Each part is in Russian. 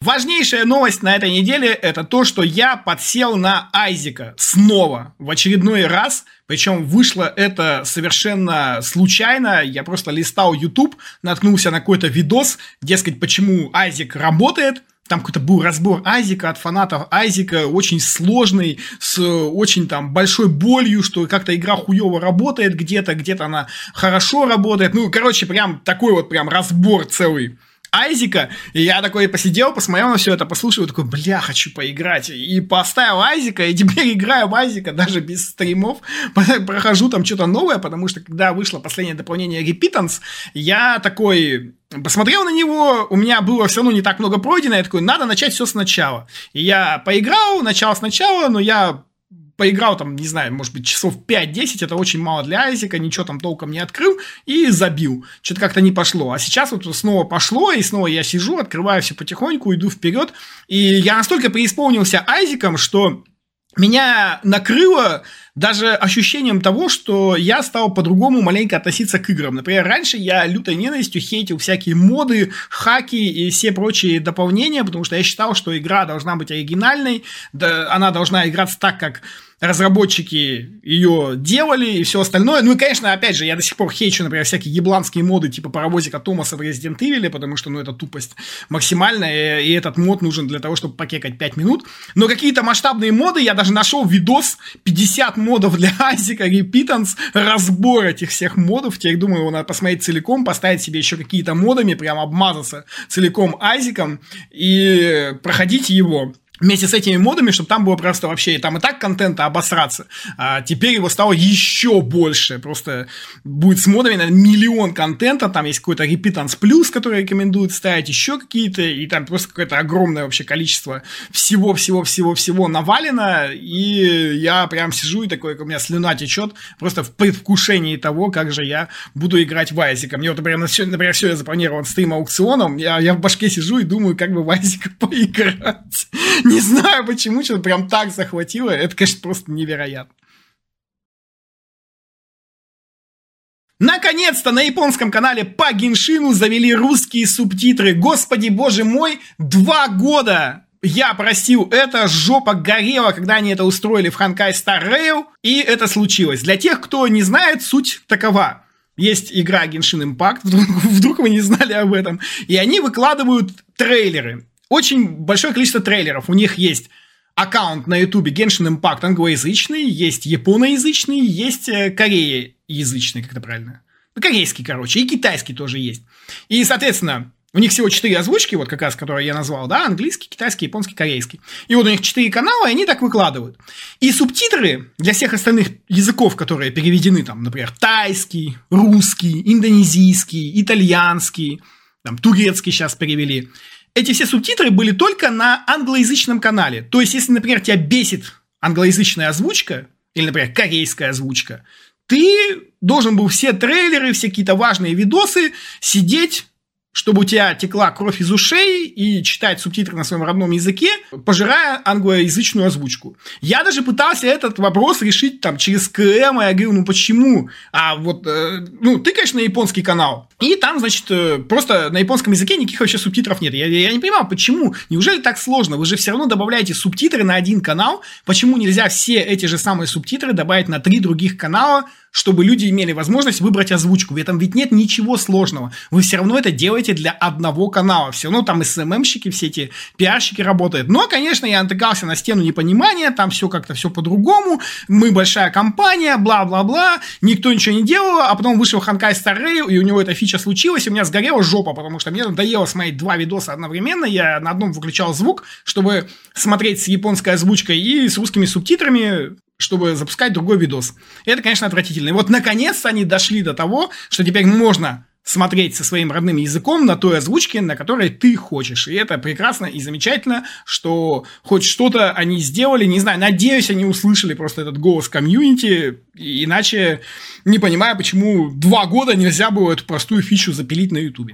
Важнейшая новость на этой неделе – это то, что я подсел на Айзека снова, в очередной раз. Причем вышло это совершенно случайно. Я просто листал YouTube, наткнулся на какой-то видос, дескать, почему Айзек работает. Там какой-то был разбор Айзека от фанатов Айзека, очень сложный, с очень там большой болью, что как-то игра хуёво работает где-то она хорошо работает. Ну, короче, прям такой вот прям разбор целый Айзека, и я такой посидел, посмотрел на все это, послушал, такой, бля, хочу поиграть, и поставил Айзека, и теперь играю в Айзека даже без стримов, прохожу там что-то новое, потому что когда вышло последнее дополнение Repentance, я такой посмотрел на него, у меня было все равно не так много пройдено, я такой, надо начать все сначала, и я поиграл, начал сначала, но я поиграл там, не знаю, может быть, часов 5-10, это очень мало для Айзека, ничего там толком не открыл и забил. Что-то как-то не пошло. А сейчас вот снова пошло, и снова я сижу, открываю все потихоньку, иду вперед. И я настолько преисполнился Айзеком, что меня накрыло даже ощущением того, что я стал по-другому маленько относиться к играм. Например, раньше я лютой ненавистью хейтил всякие моды, хаки и все прочие дополнения, потому что я считал, что игра должна быть оригинальной, она должна играться так, как разработчики ее делали и все остальное. Ну и, конечно, опять же, я до сих пор хейчу, например, всякие ебланские моды типа паровозика Томаса в Resident Evil, потому что, ну, это тупость максимальная, и этот мод нужен для того, чтобы покекать 5 минут. Но какие-то масштабные моды, я даже нашел видос, 50 модов для Айзека, Repentance, разбор этих всех модов. Теперь, думаю, его надо посмотреть целиком, поставить себе еще какие-то модами, прям обмазаться целиком Айзеком и проходить его вместе с этими модами, чтобы там было просто вообще, там и так контента обосраться, а теперь его стало еще больше, просто будет с модами, наверное, миллион контента, там есть какой-то Repentance Plus, который рекомендуют ставить, еще какие-то, и там просто какое-то огромное вообще количество всего навалено, и я прям сижу, и такой, у меня слюна течет, просто в предвкушении того, как же я буду играть в Айзека. Мне вот, например, все я запланировал стрим аукционом, я в башке сижу и думаю, как бы в Айзека поиграть. Не знаю почему, что-то прям так захватило. Это, конечно, просто невероятно. Наконец-то на японском канале по Геншину завели русские субтитры. Господи, боже мой, 2 года я просил это, жопа горела, когда они это устроили в Honkai Star Rail, и это случилось. Для тех, кто не знает, суть такова. Есть игра Genshin Impact, вдруг вы не знали об этом, и они выкладывают трейлеры. Очень большое количество трейлеров. У них есть аккаунт на ютубе Genshin Impact англоязычный, есть японоязычный, есть кореяязычный, как это правильно? Ну, корейский, короче, и китайский тоже есть. И, соответственно, у них всего 4 озвучки, вот как раз, которые я назвал, да, английский, китайский, японский, корейский. И вот у них 4 канала, и они так выкладывают. И субтитры для всех остальных языков, которые переведены, там, например, тайский, русский, индонезийский, итальянский, там, турецкий сейчас перевели. Эти все субтитры были только на англоязычном канале. То есть, если, например, тебя бесит англоязычная озвучка, или, например, корейская озвучка, ты должен был все трейлеры, все какие-то важные видосы сидеть, чтобы у тебя текла кровь из ушей и читать субтитры на своем родном языке, пожирая англоязычную озвучку. Я даже пытался этот вопрос решить там через КМ, я говорю, ну почему? А вот, ты, конечно, на японский канал, и там, значит, просто на японском языке никаких вообще субтитров нет. Я не понимаю, почему? Неужели так сложно? Вы же все равно добавляете субтитры на один канал, почему нельзя все эти же самые субтитры добавить на 3 других канала, чтобы люди имели возможность выбрать озвучку? В этом ведь нет ничего сложного. Вы все равно это делаете для одного канала. Все равно там СММщики, все эти пиарщики работают. Но, конечно, я натыкался на стену непонимания, там все как-то все по-другому. Мы большая компания, бла-бла-бла. Никто ничего не делал, а потом вышел Honkai Star Rail, и у него эта фича случилась, и у меня сгорела жопа, потому что мне надоело смотреть 2 видоса одновременно. Я на одном выключал звук, чтобы смотреть с японской озвучкой, и с русскими субтитрами, чтобы запускать другой видос. И это, конечно, отвратительно. И вот, наконец-то, они дошли до того, что теперь можно смотреть со своим родным языком на той озвучке, на которой ты хочешь. И это прекрасно и замечательно, что хоть что-то они сделали. Не знаю, надеюсь, они услышали просто этот голос комьюнити. Иначе не понимаю, почему 2 года нельзя было эту простую фичу запилить на ютубе.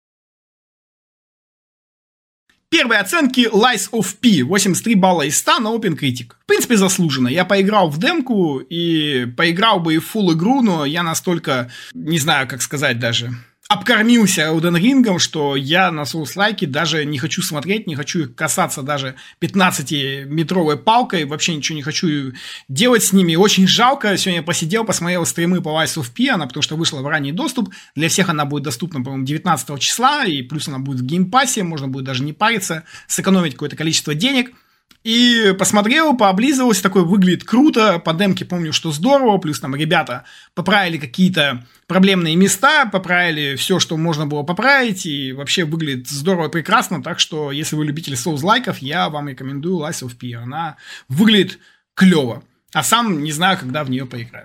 Первые оценки Lies of P. 83 балла из 100 на OpenCritic. В принципе, заслуженно. Я поиграл в демку и поиграл бы и в full игру, но я настолько, не знаю, как сказать даже, обкормился Elden Ring, что я на Souls-лайки даже не хочу смотреть, не хочу их касаться даже 15-метровой палкой, вообще ничего не хочу делать с ними. Очень жалко. Сегодня я посидел, посмотрел стримы по Lies of P, она потому что вышла в ранний доступ. Для всех она будет доступна, по-моему, 19 числа, и плюс она будет в геймпассе, можно будет даже не париться, сэкономить какое-то количество денег. И посмотрел, пооблизывался, такой выглядит круто, по демке помню, что здорово, плюс там ребята поправили какие-то проблемные места, поправили все, что можно было поправить, и вообще выглядит здорово и прекрасно, так что, если вы любитель Souls-лайков, я вам рекомендую Lies of P, она выглядит клево, а сам не знаю, когда в нее поиграю.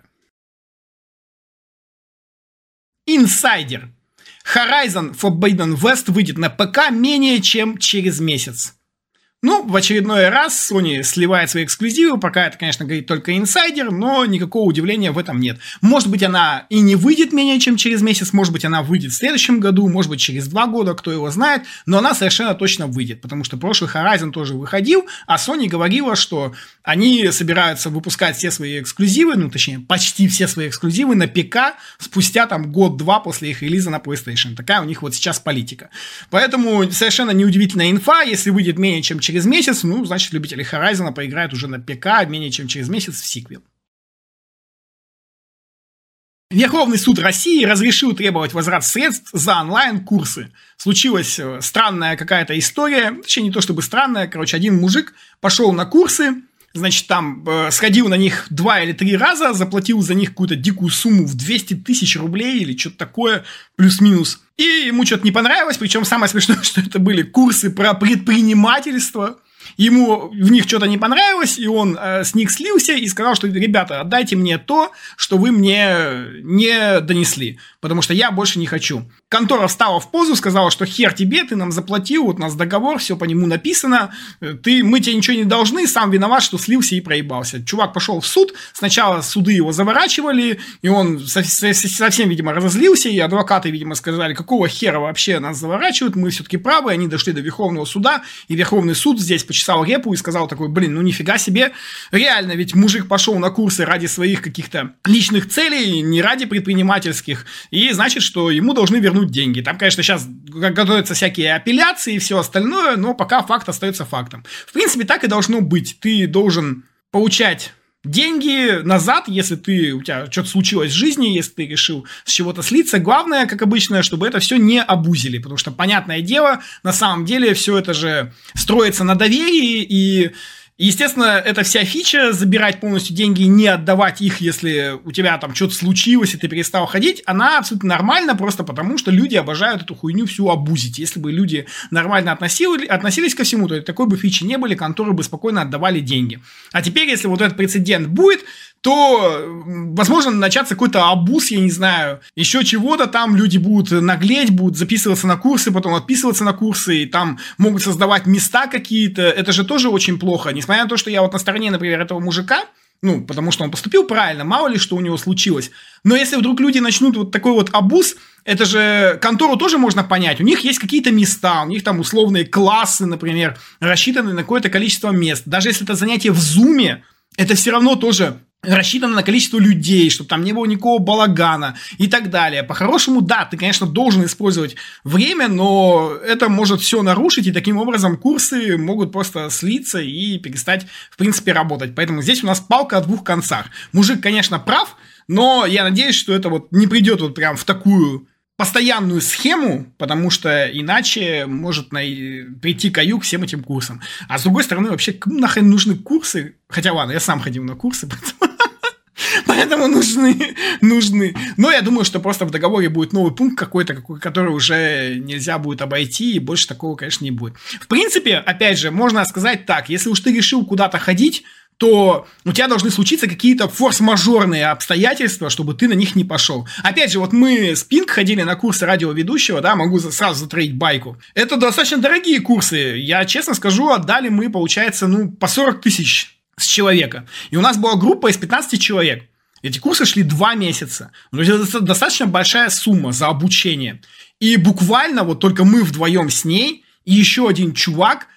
Инсайдер. Horizon Forbidden West выйдет на ПК менее чем через месяц. Ну, в очередной раз Sony сливает свои эксклюзивы, пока это, конечно, говорит только инсайдер, но никакого удивления в этом нет. Может быть, она и не выйдет менее чем через месяц, может быть, она выйдет в следующем году, может быть, через 2 года, кто его знает, но она совершенно точно выйдет, потому что прошлый Horizon тоже выходил, а Sony говорила, что они собираются выпускать все свои эксклюзивы, ну, точнее, почти все свои эксклюзивы на ПК спустя там год-два после их релиза на PlayStation. Такая у них вот сейчас политика. Поэтому совершенно неудивительная инфа, если выйдет менее чем через месяц, ну, значит, любители Horizon поиграют уже на ПК менее чем через месяц в сиквел. Верховный суд России разрешил требовать возврат средств за онлайн-курсы. Случилась странная какая-то история, точнее, не то чтобы странная, короче, один мужик пошел на курсы, значит, там сходил на них 2 или 3 раза, заплатил за них какую-то дикую сумму в 200 тысяч рублей или что-то такое, плюс-минус. И ему что-то не понравилось, причем самое смешное, что это были курсы про предпринимательство. Ему в них что-то не понравилось, и он с них слился и сказал, что, ребята, отдайте мне то, что вы мне не донесли, потому что я больше не хочу. Контора встала в позу, сказала, что хер тебе, ты нам заплатил, вот у нас договор, все по нему написано, мы тебе ничего не должны, сам виноват, что слился и проебался. Чувак пошел в суд, сначала суды его заворачивали, и он совсем, видимо, разозлился, и адвокаты, видимо, сказали, какого хера вообще нас заворачивают, мы все-таки правы, они дошли до Верховного суда, и Верховный суд здесь почесал репу и сказал такой, блин, ну нифига себе, реально, ведь мужик пошел на курсы ради своих каких-то личных целей, не ради предпринимательских, и значит, что ему должны вернуть деньги. Там, конечно, сейчас готовятся всякие апелляции и все остальное, но пока факт остается фактом. В принципе, так и должно быть. Ты должен получать деньги назад, если у тебя что-то случилось в жизни, если ты решил с чего-то слиться. Главное, как обычно, чтобы это все не абузили, потому что, понятное дело, на самом деле все это же строится на доверии, и естественно, эта вся фича забирать полностью деньги и не отдавать их, если у тебя там что-то случилось, и ты перестал ходить, она абсолютно нормальна, просто потому что люди обожают эту хуйню всю абузить. Если бы люди нормально относились ко всему, то такой бы фичи не были, конторы бы спокойно отдавали деньги. А теперь, если вот этот прецедент будет, то, возможно, начаться какой-то абуз, я не знаю, еще чего-то, там люди будут наглеть, будут записываться на курсы, потом отписываться на курсы, и там могут создавать места какие-то, это же тоже очень плохо, несмотря на то, что я вот на стороне, например, этого мужика, ну, потому что он поступил правильно, мало ли что у него случилось, но если вдруг люди начнут вот такой вот абуз, это же контору тоже можно понять, у них есть какие-то места, у них там условные классы, например, рассчитаны на какое-то количество мест, даже если это занятие в зуме, это все равно тоже рассчитано на количество людей, чтобы там не было никакого балагана и так далее. По-хорошему, да, ты, конечно, должен использовать время, но это может все нарушить, и таким образом курсы могут просто слиться и перестать, в принципе, работать. Поэтому здесь у нас палка о 2 концах. Мужик, конечно, прав, но я надеюсь, что это вот не придет вот прям в такую постоянную схему, потому что иначе может прийти каюк всем этим курсам. А с другой стороны, вообще, кому нахрен нужны курсы? Хотя ладно, я сам ходил на курсы, поэтому нужны. Но я думаю, что просто в договоре будет новый пункт какой-то, который уже нельзя будет обойти, и больше такого, конечно, не будет. В принципе, опять же, можно сказать так, если уж ты решил куда-то ходить, то у тебя должны случиться какие-то форс-мажорные обстоятельства, чтобы ты на них не пошел. Опять же, вот мы с Пинк ходили на курсы радиоведущего, да, могу сразу затроить байку. Это достаточно дорогие курсы. Я честно скажу, отдали мы, получается, по 40 тысяч с человека. И у нас была группа из 15 человек. Эти курсы шли 2 месяца. Это достаточно большая сумма за обучение. И буквально вот только мы вдвоем с ней и еще один чувак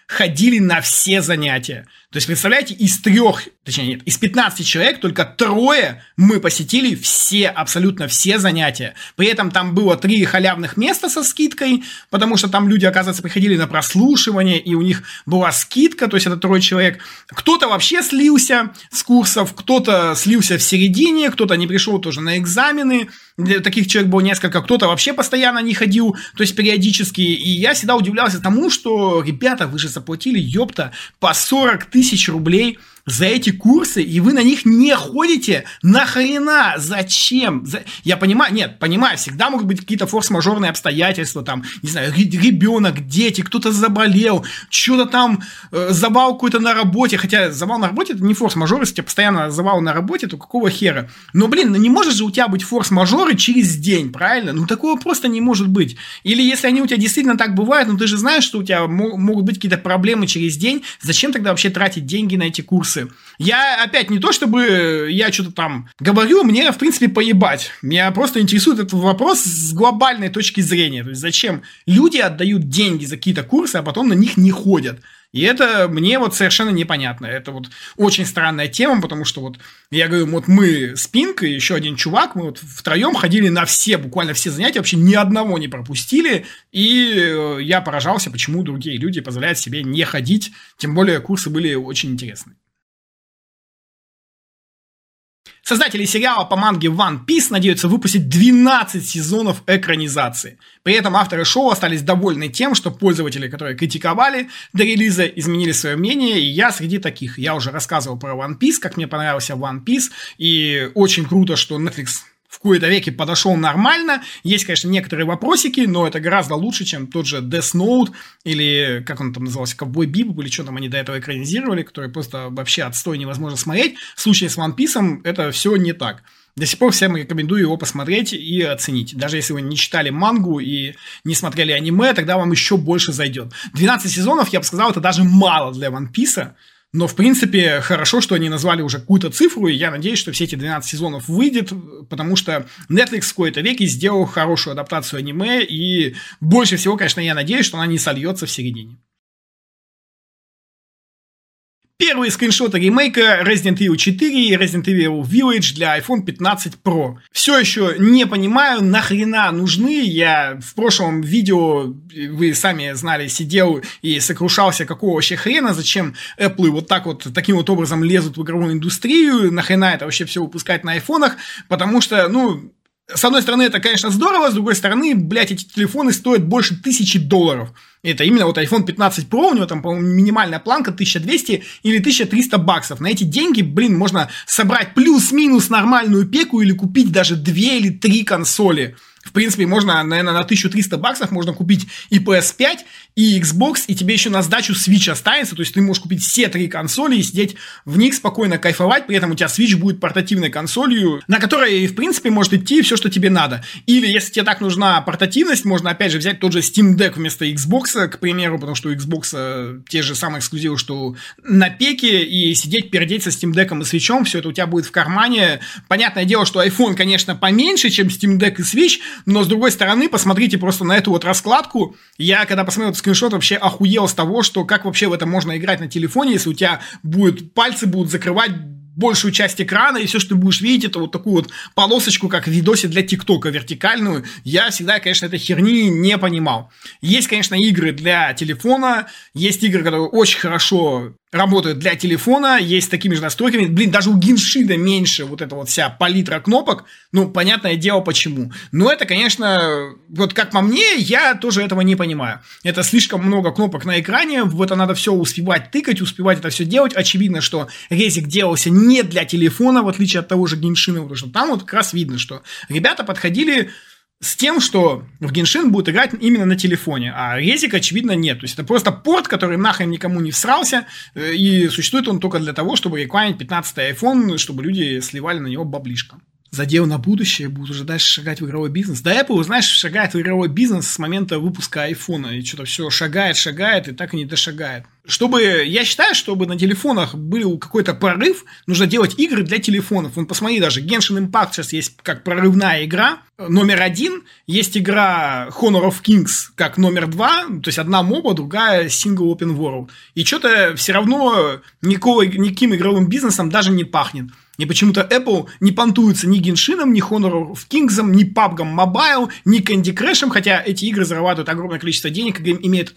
ходили на все занятия. То есть, представляете, из 15 человек только 3 мы посетили абсолютно все занятия. При этом там было 3 халявных места со скидкой, потому что там люди, оказывается, приходили на прослушивание, и у них была скидка, то есть это 3 человек. Кто-то вообще слился с курсов, кто-то слился в середине, кто-то не пришел тоже на экзамены. Таких человек было несколько, кто-то вообще постоянно не ходил, то есть периодически. И я всегда удивлялся тому, что, ребята, вы же заплатили, ёпта, по 40 тысяч рублей за эти курсы, и вы на них не ходите? Нахрена? Зачем? Я понимаю, всегда могут быть какие-то форс-мажорные обстоятельства, там, не знаю, ребенок, дети, кто-то заболел, что-то там, завал какой-то на работе, хотя завал на работе это не форс-мажор, если у тебя постоянно завал на работе, то какого хера? Но, не может же у тебя быть форс-мажоры через день, правильно? Ну, такого просто не может быть. Или если они у тебя действительно так бывают, ты же знаешь, что у тебя могут быть какие-то проблемы через день, зачем тогда вообще тратить деньги на эти курсы? Я опять не то, чтобы я что-то там говорю, мне, в принципе, поебать. Меня просто интересует этот вопрос с глобальной точки зрения. То есть, зачем люди отдают деньги за какие-то курсы, а потом на них не ходят? И это мне совершенно непонятно. Это очень странная тема, потому что я говорю, мы с Пинк и еще один чувак, мы втроем ходили на буквально все занятия, вообще ни одного не пропустили, и я поражался, почему другие люди позволяют себе не ходить, тем более курсы были очень интересные. Создатели сериала по манге One Piece надеются выпустить 12 сезонов экранизации. При этом авторы шоу остались довольны тем, что пользователи, которые критиковали до релиза, изменили свое мнение, и я среди таких. Я уже рассказывал про One Piece, как мне понравился One Piece, и очень круто, что Netflix в кои-то веки подошел нормально. Есть, конечно, некоторые вопросики, но это гораздо лучше, чем тот же Death Note, или, как он там назывался, Ковбой Бибоп, или что там они до этого экранизировали, который просто вообще отстой, невозможно смотреть. В случае с One Piece это все не так. До сих пор всем рекомендую его посмотреть и оценить. Даже если вы не читали мангу и не смотрели аниме, тогда вам еще больше зайдет. 12 сезонов, я бы сказал, это даже мало для One Piece. Но, в принципе, хорошо, что они назвали уже какую-то цифру, и я надеюсь, что все эти 12 сезонов выйдет, потому что Netflix в кои-то веки сделал хорошую адаптацию аниме, и больше всего, конечно, я надеюсь, что она не сольется в середине. Первые скриншоты ремейка Resident Evil 4 и Resident Evil Village для iPhone 15 Pro. Все еще не понимаю, нахрена нужны. Я в прошлом видео, вы сами знали, сидел и сокрушался, какого вообще хрена, зачем Apple таким образом лезут в игровую индустрию, нахрена это вообще все выпускать на айфонах, потому что, с одной стороны, это, конечно, здорово, с другой стороны, эти телефоны стоят больше $1000. Это именно iPhone 15 Pro, у него там, по-моему, минимальная планка 1200 или 1300 баксов. На эти деньги, можно собрать плюс-минус нормальную пеку или купить даже 2 или 3 консоли. В принципе, можно, наверное, на 1300 баксов можно купить и PS5, и Xbox, и тебе еще на сдачу Switch останется, то есть ты можешь купить все 3 консоли и сидеть в них спокойно кайфовать, при этом у тебя Switch будет портативной консолью, на которой, в принципе, может идти все, что тебе надо. Или, если тебе так нужна портативность, можно, опять же, взять тот же Steam Deck вместо Xbox, к примеру, потому что у Xbox те же самые эксклюзивы, что на пеке, и сидеть, пердеть со Steam Deck и Switch, все это у тебя будет в кармане. Понятное дело, что iPhone, конечно, поменьше, чем Steam Deck и Switch, но, с другой стороны, посмотрите просто на эту раскладку. Я, когда посмотрел этот скриншот, вообще охуел с того, что как вообще в это можно играть на телефоне, если у тебя пальцы будут закрывать большую часть экрана, и все, что ты будешь видеть, это такую полосочку, как в видосе для ТикТока, вертикальную. Я всегда, конечно, этой херни не понимал. Есть, конечно, игры для телефона, есть игры, которые очень хорошо работают для телефона, есть с такими же настройками. Даже у Геншина меньше эта вся палитра кнопок. Понятное дело, почему. Но это, конечно, как по мне, я тоже этого не понимаю. Это слишком много кнопок на экране, в это надо все успевать тыкать, успевать это все делать. Очевидно, что резик делался не для телефона, в отличие от того же Геншина, потому что там как раз видно, что ребята подходили с тем, что в Геншин будет играть именно на телефоне, а резика, очевидно, нет. То есть это просто порт, который нахрен никому не всрался, и существует он только для того, чтобы рекламить 15-й iPhone, чтобы люди сливали на него баблишко. Задел на будущее, будут уже дальше шагать в игровой бизнес. Да, Apple, знаешь, шагает в игровой бизнес с момента выпуска айфона, и что-то все шагает, и так и не дошагает. Я считаю, чтобы на телефонах был какой-то прорыв, нужно делать игры для телефонов. Вон, посмотри, даже Genshin Impact сейчас есть как прорывная игра, номер 1, есть игра Honor of Kings как номер 2, то есть одна моба, другая single open world. И что-то все равно никаким игровым бизнесом даже не пахнет. И почему-то Apple не понтуется ни Геншином, ни Honor of Kings, ни PUBG Mobile, ни Candy Crush, хотя эти игры зарабатывают огромное количество денег, имеют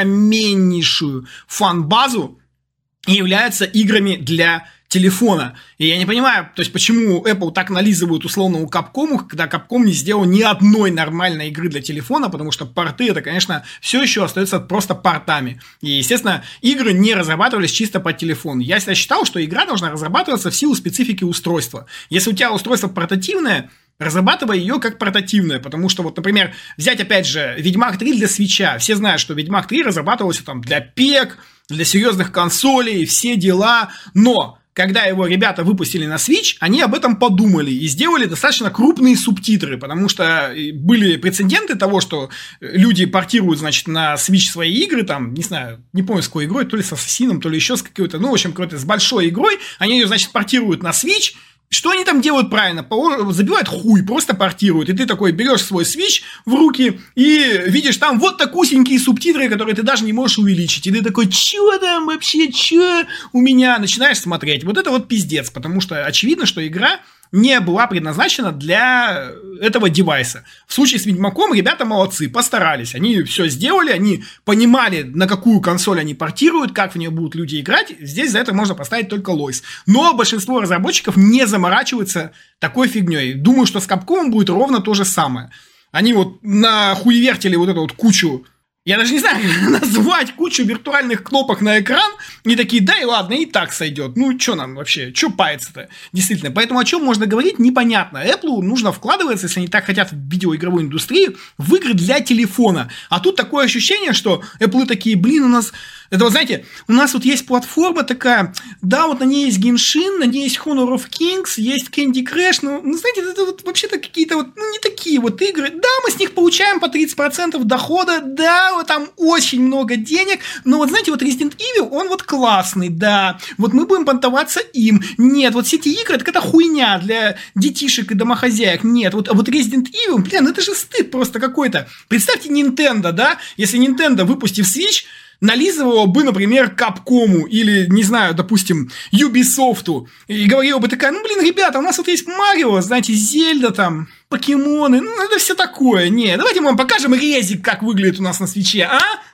огромнейшую фан-базу и являются играми для телефона. И я не понимаю, то есть почему Apple так нализывают условному Capcom, когда Capcom не сделал ни одной нормальной игры для телефона, потому что порты это, конечно, все еще остается просто портами. И, естественно, игры не разрабатывались чисто под телефон. Я всегда считал, что игра должна разрабатываться в силу специфики устройства. Если у тебя устройство портативное, разрабатывай ее как портативное, потому что, вот, например, взять, опять же, Ведьмак 3 для Switch'а. Все знают, что Ведьмак 3 разрабатывался там для ПЕК, для серьезных консолей, все дела, но когда его ребята выпустили на Switch, они об этом подумали и сделали достаточно крупные субтитры, потому что были прецеденты того, что люди портируют, значит, на Switch свои игры, там, не знаю, не помню с какой игрой, то ли с Ассасином, то ли еще с какой-то, ну, в общем, какой-то с большой игрой, они ее, значит, портируют на Switch. Что они там делают правильно? Забивают хуй, просто портируют. И ты такой берешь свой Switch в руки и видишь там вот такусенькие субтитры, которые ты даже не можешь увеличить. И ты такой, чё там вообще, чё у меня? Начинаешь смотреть. Вот это вот пиздец, потому что очевидно, что игра не была предназначена для этого девайса. В случае с Ведьмаком ребята молодцы, постарались. Они все сделали, они понимали, на какую консоль они портируют, как в нее будут люди играть. Здесь за это можно поставить только лойс. Но большинство разработчиков не заморачиваются такой фигней. Думаю, что с Capcom будет ровно то же самое. Они вот нахуевертили вот эту вот кучу, я даже не знаю, как назвать, кучу виртуальных кнопок на экран, и такие, да и ладно, и так сойдет. Ну, что нам вообще, что паяться-то? Действительно, поэтому о чем можно говорить, непонятно. Apple нужно вкладываться, если они так хотят в видеоигровую индустрию, в игры для телефона. А тут такое ощущение, что Apple такие, блин, у нас... Это вот, знаете, у нас вот есть платформа такая, да, вот на ней есть Genshin, на ней есть Honor of Kings, есть Candy Crush, ну знаете, это вот вообще-то какие-то вот, ну, не такие вот игры. Да, мы с них получаем по 30% дохода, да, вот там очень много денег, но вот, знаете, вот Resident Evil, он вот классный, да, вот мы будем понтоваться им. Нет, вот все эти игры, это какая-то хуйня для детишек и домохозяек. Нет, вот Resident Evil, блин, это же стыд просто какой-то. Представьте Nintendo, да, если Nintendo, выпустив Switch, нализывала бы, например, Capcom или, не знаю, допустим, Ubisoft, и говорила бы такая, ну, блин, ребята, у нас вот есть Марио, знаете, Зельда там, покемоны, ну, это все такое. Не, давайте мы вам покажем резик, как выглядит у нас на свитче.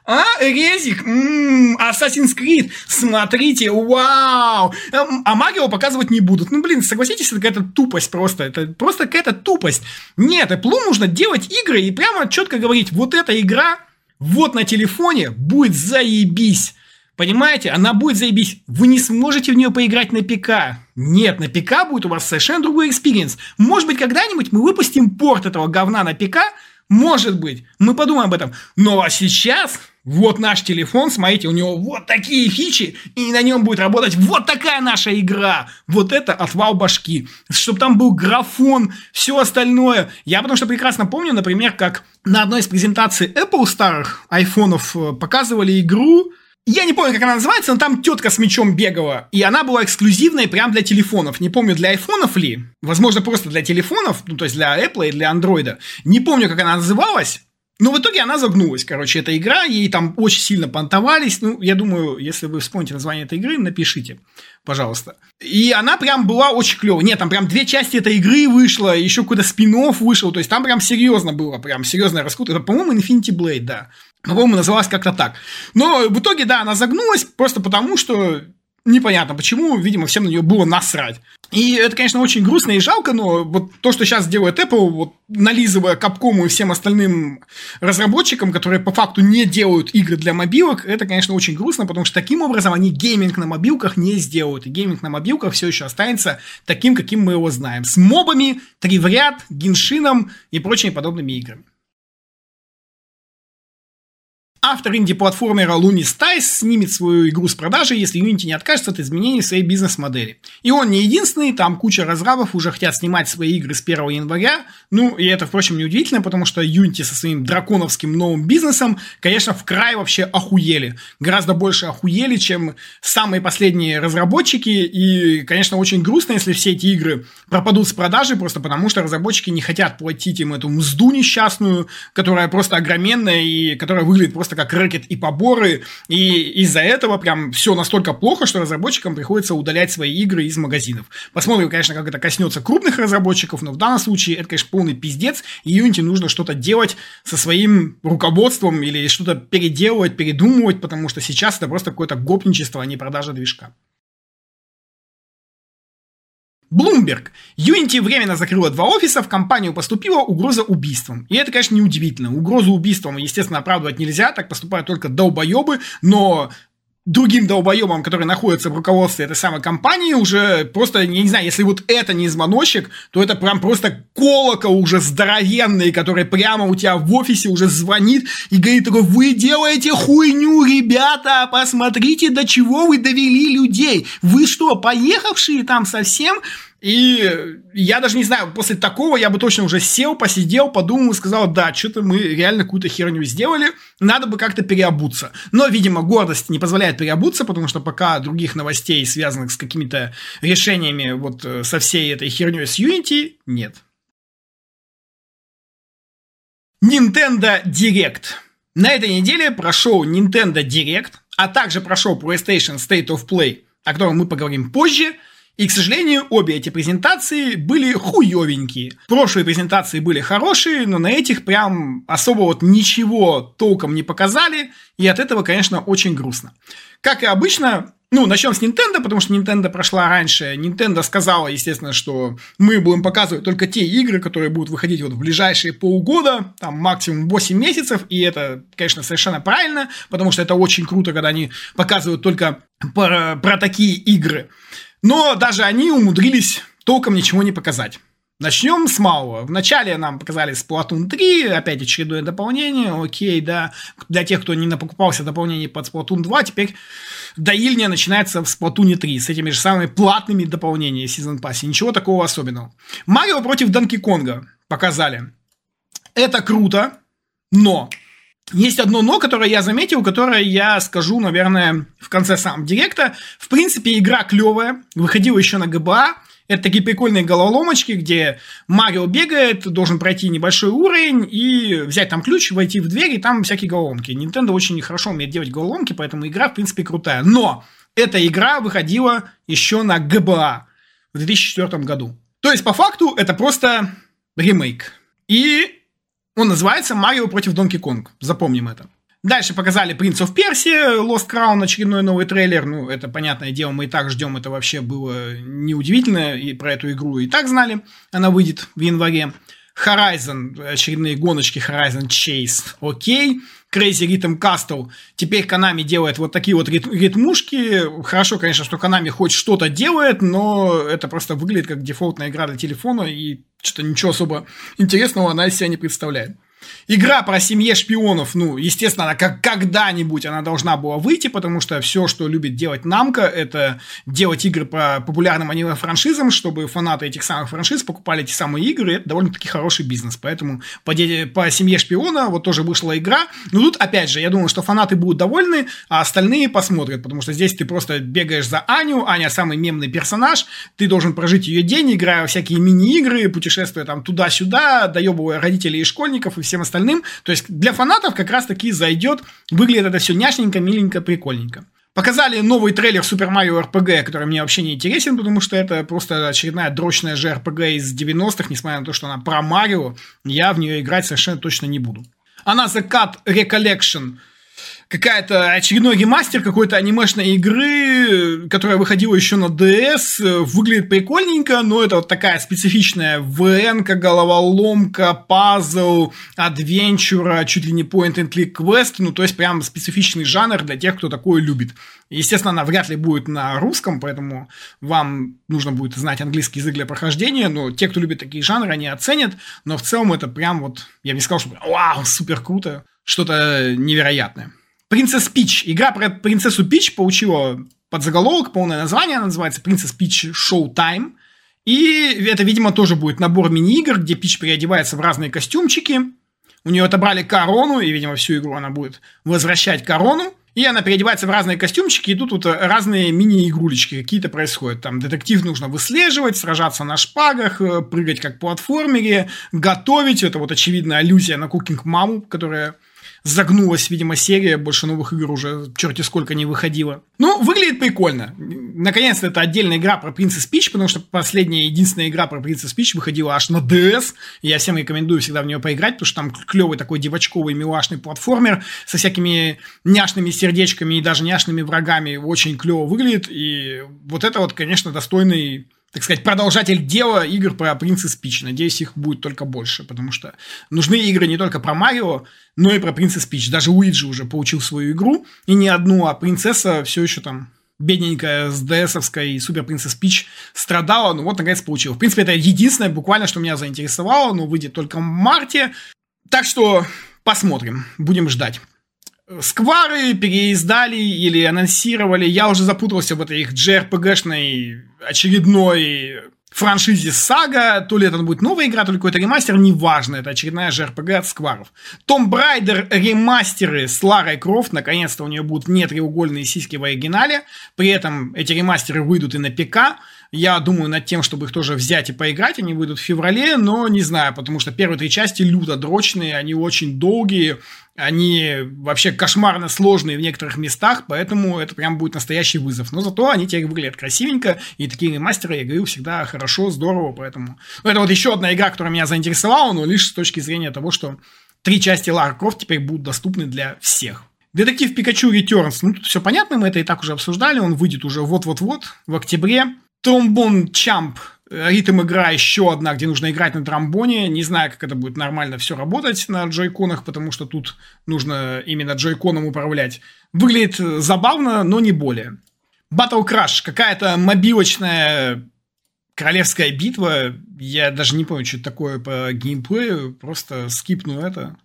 Резик? Assassin's Creed, смотрите, вау! А Марио показывать не будут. Ну, блин, согласитесь, это какая-то тупость просто. Это просто какая-то тупость. Нет, Apple нужно делать игры и прямо четко говорить, вот эта игра... Вот на телефоне будет заебись. Понимаете? Она будет заебись. Вы не сможете в нее поиграть на ПК. Нет, на ПК будет у вас совершенно другой экспириенс. Может быть, когда-нибудь мы выпустим порт этого говна на ПК. Может быть. Мы подумаем об этом. Но а сейчас... Вот наш телефон, смотрите, у него вот такие фичи, и на нем будет работать вот такая наша игра. Вот это отвал башки. Чтобы там был графон, все остальное. Я потому что прекрасно помню, например, как на одной из презентаций Apple старых айфонов показывали игру. Я не помню, как она называется, но там тетка с мечом бегала. И она была эксклюзивной прям для телефонов. Не помню, для айфонов ли. Возможно, просто для телефонов, ну, то есть для Apple и для Android. Не помню, как она называлась. Но в итоге она загнулась, короче, эта игра, ей там очень сильно понтовались, ну, я думаю, если вы вспомните название этой игры, напишите, пожалуйста. И она прям была очень клевая, нет, там прям 2 части этой игры вышло, еще какой-то спин-офф вышел, то есть там прям серьезно было, прям серьезная раскрутка, это, по-моему, Infinity Blade, да, по-моему, называлась как-то так. Но в итоге, да, она загнулась просто потому, что... Непонятно почему, видимо, всем на нее было насрать. И это, конечно, очень грустно и жалко, но вот то, что сейчас делает Apple, вот нализывая Capcom и всем остальным разработчикам, которые по факту не делают игры для мобилок, это, конечно, очень грустно, потому что таким образом они гейминг на мобилках не сделают. И гейминг на мобилках все еще останется таким, каким мы его знаем. С мобами, 3 в ряд, геншином и прочими подобными играми. Автор инди-платформера Лунис Тайс снимет свою игру с продажи, если Unity не откажется от изменений своей бизнес-модели. И он не единственный, там куча разрабов уже хотят снимать свои игры с 1 января. Ну, и это, впрочем, неудивительно, потому что Unity со своим драконовским новым бизнесом, конечно, в край вообще охуели. Гораздо больше охуели, чем самые последние разработчики. И, конечно, очень грустно, если все эти игры пропадут с продажи, просто потому что разработчики не хотят платить им эту мзду несчастную, которая просто огроменная и которая выглядит просто как рэкет и поборы, и из-за этого прям все настолько плохо, что разработчикам приходится удалять свои игры из магазинов. Посмотрим, конечно, как это коснется крупных разработчиков, но в данном случае это, конечно, полный пиздец, и Unity нужно что-то делать со своим руководством или что-то переделывать, передумывать, потому что сейчас это просто какое-то гопничество, а не продажа движка. Bloomberg. Unity временно закрыла 2 офиса, в компанию поступила угроза убийством. И это, конечно, неудивительно. Угрозу убийством, естественно, оправдывать нельзя, так поступают только долбоебы, но другим долбоебам, которые находятся в руководстве этой самой компании, уже просто, я не знаю, если вот это не звоночек, то это прям просто колокол уже здоровенный, который прямо у тебя в офисе уже звонит и говорит такой: вы делаете хуйню, ребята, посмотрите, до чего вы довели людей. Вы что, поехавшие там совсем? И я даже не знаю, после такого я бы точно уже сел, посидел, подумал и сказал: да, что-то мы реально какую-то херню сделали, надо бы как-то переобуться. Но, видимо, гордость не позволяет переобуться, потому что пока других новостей, связанных с какими-то решениями вот со всей этой херней с Unity, нет. Nintendo Direct. На этой неделе прошел Nintendo Direct, а также прошел PlayStation State of Play, о котором мы поговорим позже. И, к сожалению, обе эти презентации были хуёвенькие. Прошлые презентации были хорошие, но на этих прям особо вот ничего толком не показали. И от этого, конечно, очень грустно. Как и обычно, начнем с Nintendo, потому что Nintendo прошла раньше. Nintendo сказала, естественно, что мы будем показывать только те игры, которые будут выходить вот в ближайшие полгода, там максимум 8 месяцев. И это, конечно, совершенно правильно, потому что это очень круто, когда они показывают только про такие игры. Но даже они умудрились толком ничего не показать. Начнем с малого. Вначале нам показали Splatoon 3, опять очередное дополнение, окей, да. Для тех, кто не напокупался дополнение под Splatoon 2, теперь доильня начинается в Splatoon 3 с этими же самыми платными дополнениями в Season Pass. Ничего такого особенного. Марио против Donkey Konga показали. Это круто, но... Есть одно но, которое я заметил, которое я скажу, наверное, в конце самого директа. В принципе, игра клевая, выходила еще на ГБА. Это такие прикольные головоломочки, где Марио бегает, должен пройти небольшой уровень и взять там ключ, войти в дверь, и там всякие головоломки. Nintendo очень хорошо умеет делать головоломки, поэтому игра, в принципе, крутая. Но эта игра выходила еще на ГБА в 2004 году. То есть, по факту, это просто ремейк. И... он называется «Марио против Donkey Kong». Запомним это. Дальше показали «Prince of Persia», «Lost Crown», очередной новый трейлер. Это понятное дело, мы и так ждем. Это вообще было неудивительно. И про эту игру и так знали. Она выйдет в январе. Horizon, очередные гоночки Horizon Chase. Окей. Crazy Rhythm Castle. Теперь Konami делает вот такие вот ритмушки. Хорошо, конечно, что Konami хоть что-то делает, но это просто выглядит как дефолтная игра для телефона, и что-то ничего особо интересного она из себя не представляет. Игра про семье шпионов, естественно, она когда-нибудь она должна была выйти, потому что все, что любит делать Namco, это делать игры по популярным аниме-франшизам, чтобы фанаты этих самых франшиз покупали эти самые игры, это довольно-таки хороший бизнес, поэтому по семье шпиона вот тоже вышла игра, но тут, опять же, я думаю, что фанаты будут довольны, а остальные посмотрят, потому что здесь ты просто бегаешь за Аню, Аня самый мемный персонаж, ты должен прожить ее день, играя во всякие мини-игры, путешествуя там туда-сюда, доебывая родителей и школьников и всем остальным. То есть для фанатов как раз таки зайдет. Выглядит это все няшненько, миленько, прикольненько. Показали новый трейлер Super Mario RPG, который мне вообще не интересен, потому что это просто очередная дрочная же RPG из 90-х, несмотря на то, что она про Марио, я в нее играть совершенно точно не буду. Она The Cut Recollection. Какая-то очередной ремастер какой-то анимешной игры игры, которая выходила еще на DS, выглядит прикольненько, но это вот такая специфичная ВН-ка, головоломка, пазл, адвенчура, чуть ли не point-and-click квест, ну, то есть прям специфичный жанр для тех, кто такое любит. Естественно, она вряд ли будет на русском, поэтому вам нужно будет знать английский язык для прохождения, но те, кто любит такие жанры, они оценят, но в целом это прям вот, я бы не сказал, что вау, супер круто, что-то невероятное. Princess Peach. Игра про принцессу Пич получила подзаголовок, полное название, она называется Princess Peach Showtime. И это, видимо, тоже будет набор мини-игр, где Пич переодевается в разные костюмчики. У нее отобрали корону, и, видимо, всю игру она будет возвращать корону. И она переодевается в разные костюмчики, и тут вот разные мини-игрулечки какие-то происходят. Там детектив нужно выслеживать, сражаться на шпагах, прыгать как в платформере, готовить. Это вот очевидная аллюзия на Cooking Mama, которая... загнулась, видимо, серия, больше новых игр уже черти сколько не выходило. Ну, выглядит прикольно. Наконец-то это отдельная игра про Princess Peach, потому что последняя, единственная игра про Princess Peach выходила аж на DS, и я всем рекомендую всегда в нее поиграть, потому что там клевый такой девочковый милашный платформер со всякими няшными сердечками и даже няшными врагами, очень клево выглядит, и вот это вот, конечно, достойный, так сказать, продолжатель дела игр про Princess Peach. Надеюсь, их будет только больше, потому что нужны игры не только про Марио, но и про Princess Peach. Даже Уиджи уже получил свою игру, и не одну, а принцесса все еще там бедненькая с DS-овской и Супер Princess Peach страдала, ну вот, наконец, получила. В принципе, это единственное, буквально, что меня заинтересовало, но выйдет только в марте. Так что посмотрим, будем ждать. Сквары переиздали или анонсировали, я уже запутался в этой их JRPG-шной очередной франшизе Сага, то ли это будет новая игра, то ли какой-то ремастер, неважно, это очередная JRPG от Скваров. Tomb Raider ремастеры с Ларой Крофт, наконец-то у нее будут не треугольные сиськи в оригинале, при этом эти ремастеры выйдут и на ПК. Я думаю над тем, чтобы их тоже взять и поиграть. Они выйдут в феврале, но не знаю, потому что первые 3 части люто дрочные, они очень долгие, они вообще кошмарно сложные в некоторых местах, поэтому это прям будет настоящий вызов. Но зато они теперь выглядят красивенько, и такие ремастеры, я говорю, всегда хорошо, здорово, поэтому... Ну, это вот еще одна игра, которая меня заинтересовала, но лишь с точки зрения того, что 3 части Лары Крофт теперь будут доступны для всех. Детектив Пикачу Returns, ну, тут все понятно, мы это и так уже обсуждали, он выйдет уже вот-вот-вот, в октябре. Тромбон Чамп, ритм игра еще одна, где нужно играть на тромбоне. Не знаю, как это будет нормально все работать на джойконах, потому что тут нужно именно джойконом управлять. Выглядит забавно, но не более. Battle Crash, какая-то мобилочная королевская битва. Я даже не помню, что это такое по геймплею, просто скипну это.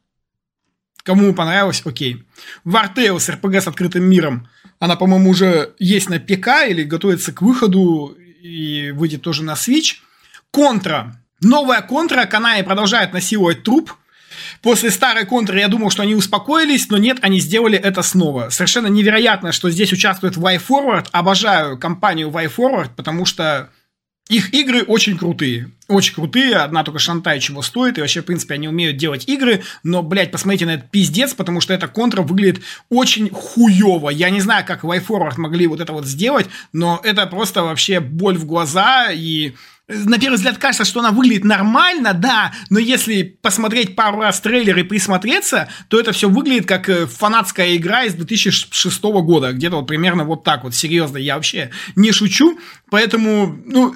Кому понравилось, окей. War Tales, RPG с открытым миром. Она, по-моему, уже есть на ПК или готовится к выходу и выйдет тоже на Switch. Контра. Новая Контра. Konami продолжает насиловать труп. После старой Контры я думал, что они успокоились, но нет, они сделали это снова. Совершенно невероятно, что здесь участвует WayForward. Обожаю компанию WayForward, потому что их игры очень крутые. Очень крутые, одна только Шантай чего стоит, и вообще, в принципе, они умеют делать игры, но, блядь, посмотрите на этот пиздец, потому что эта Контра выглядит очень хуёво. Я не знаю, как WayForward могли вот это вот сделать, но это просто вообще боль в глаза, и на первый взгляд кажется, что она выглядит нормально, да, но если посмотреть пару раз трейлер и присмотреться, то это все выглядит как фанатская игра из 2006 года, где-то вот примерно вот так вот, серьезно, я вообще не шучу, поэтому, ну,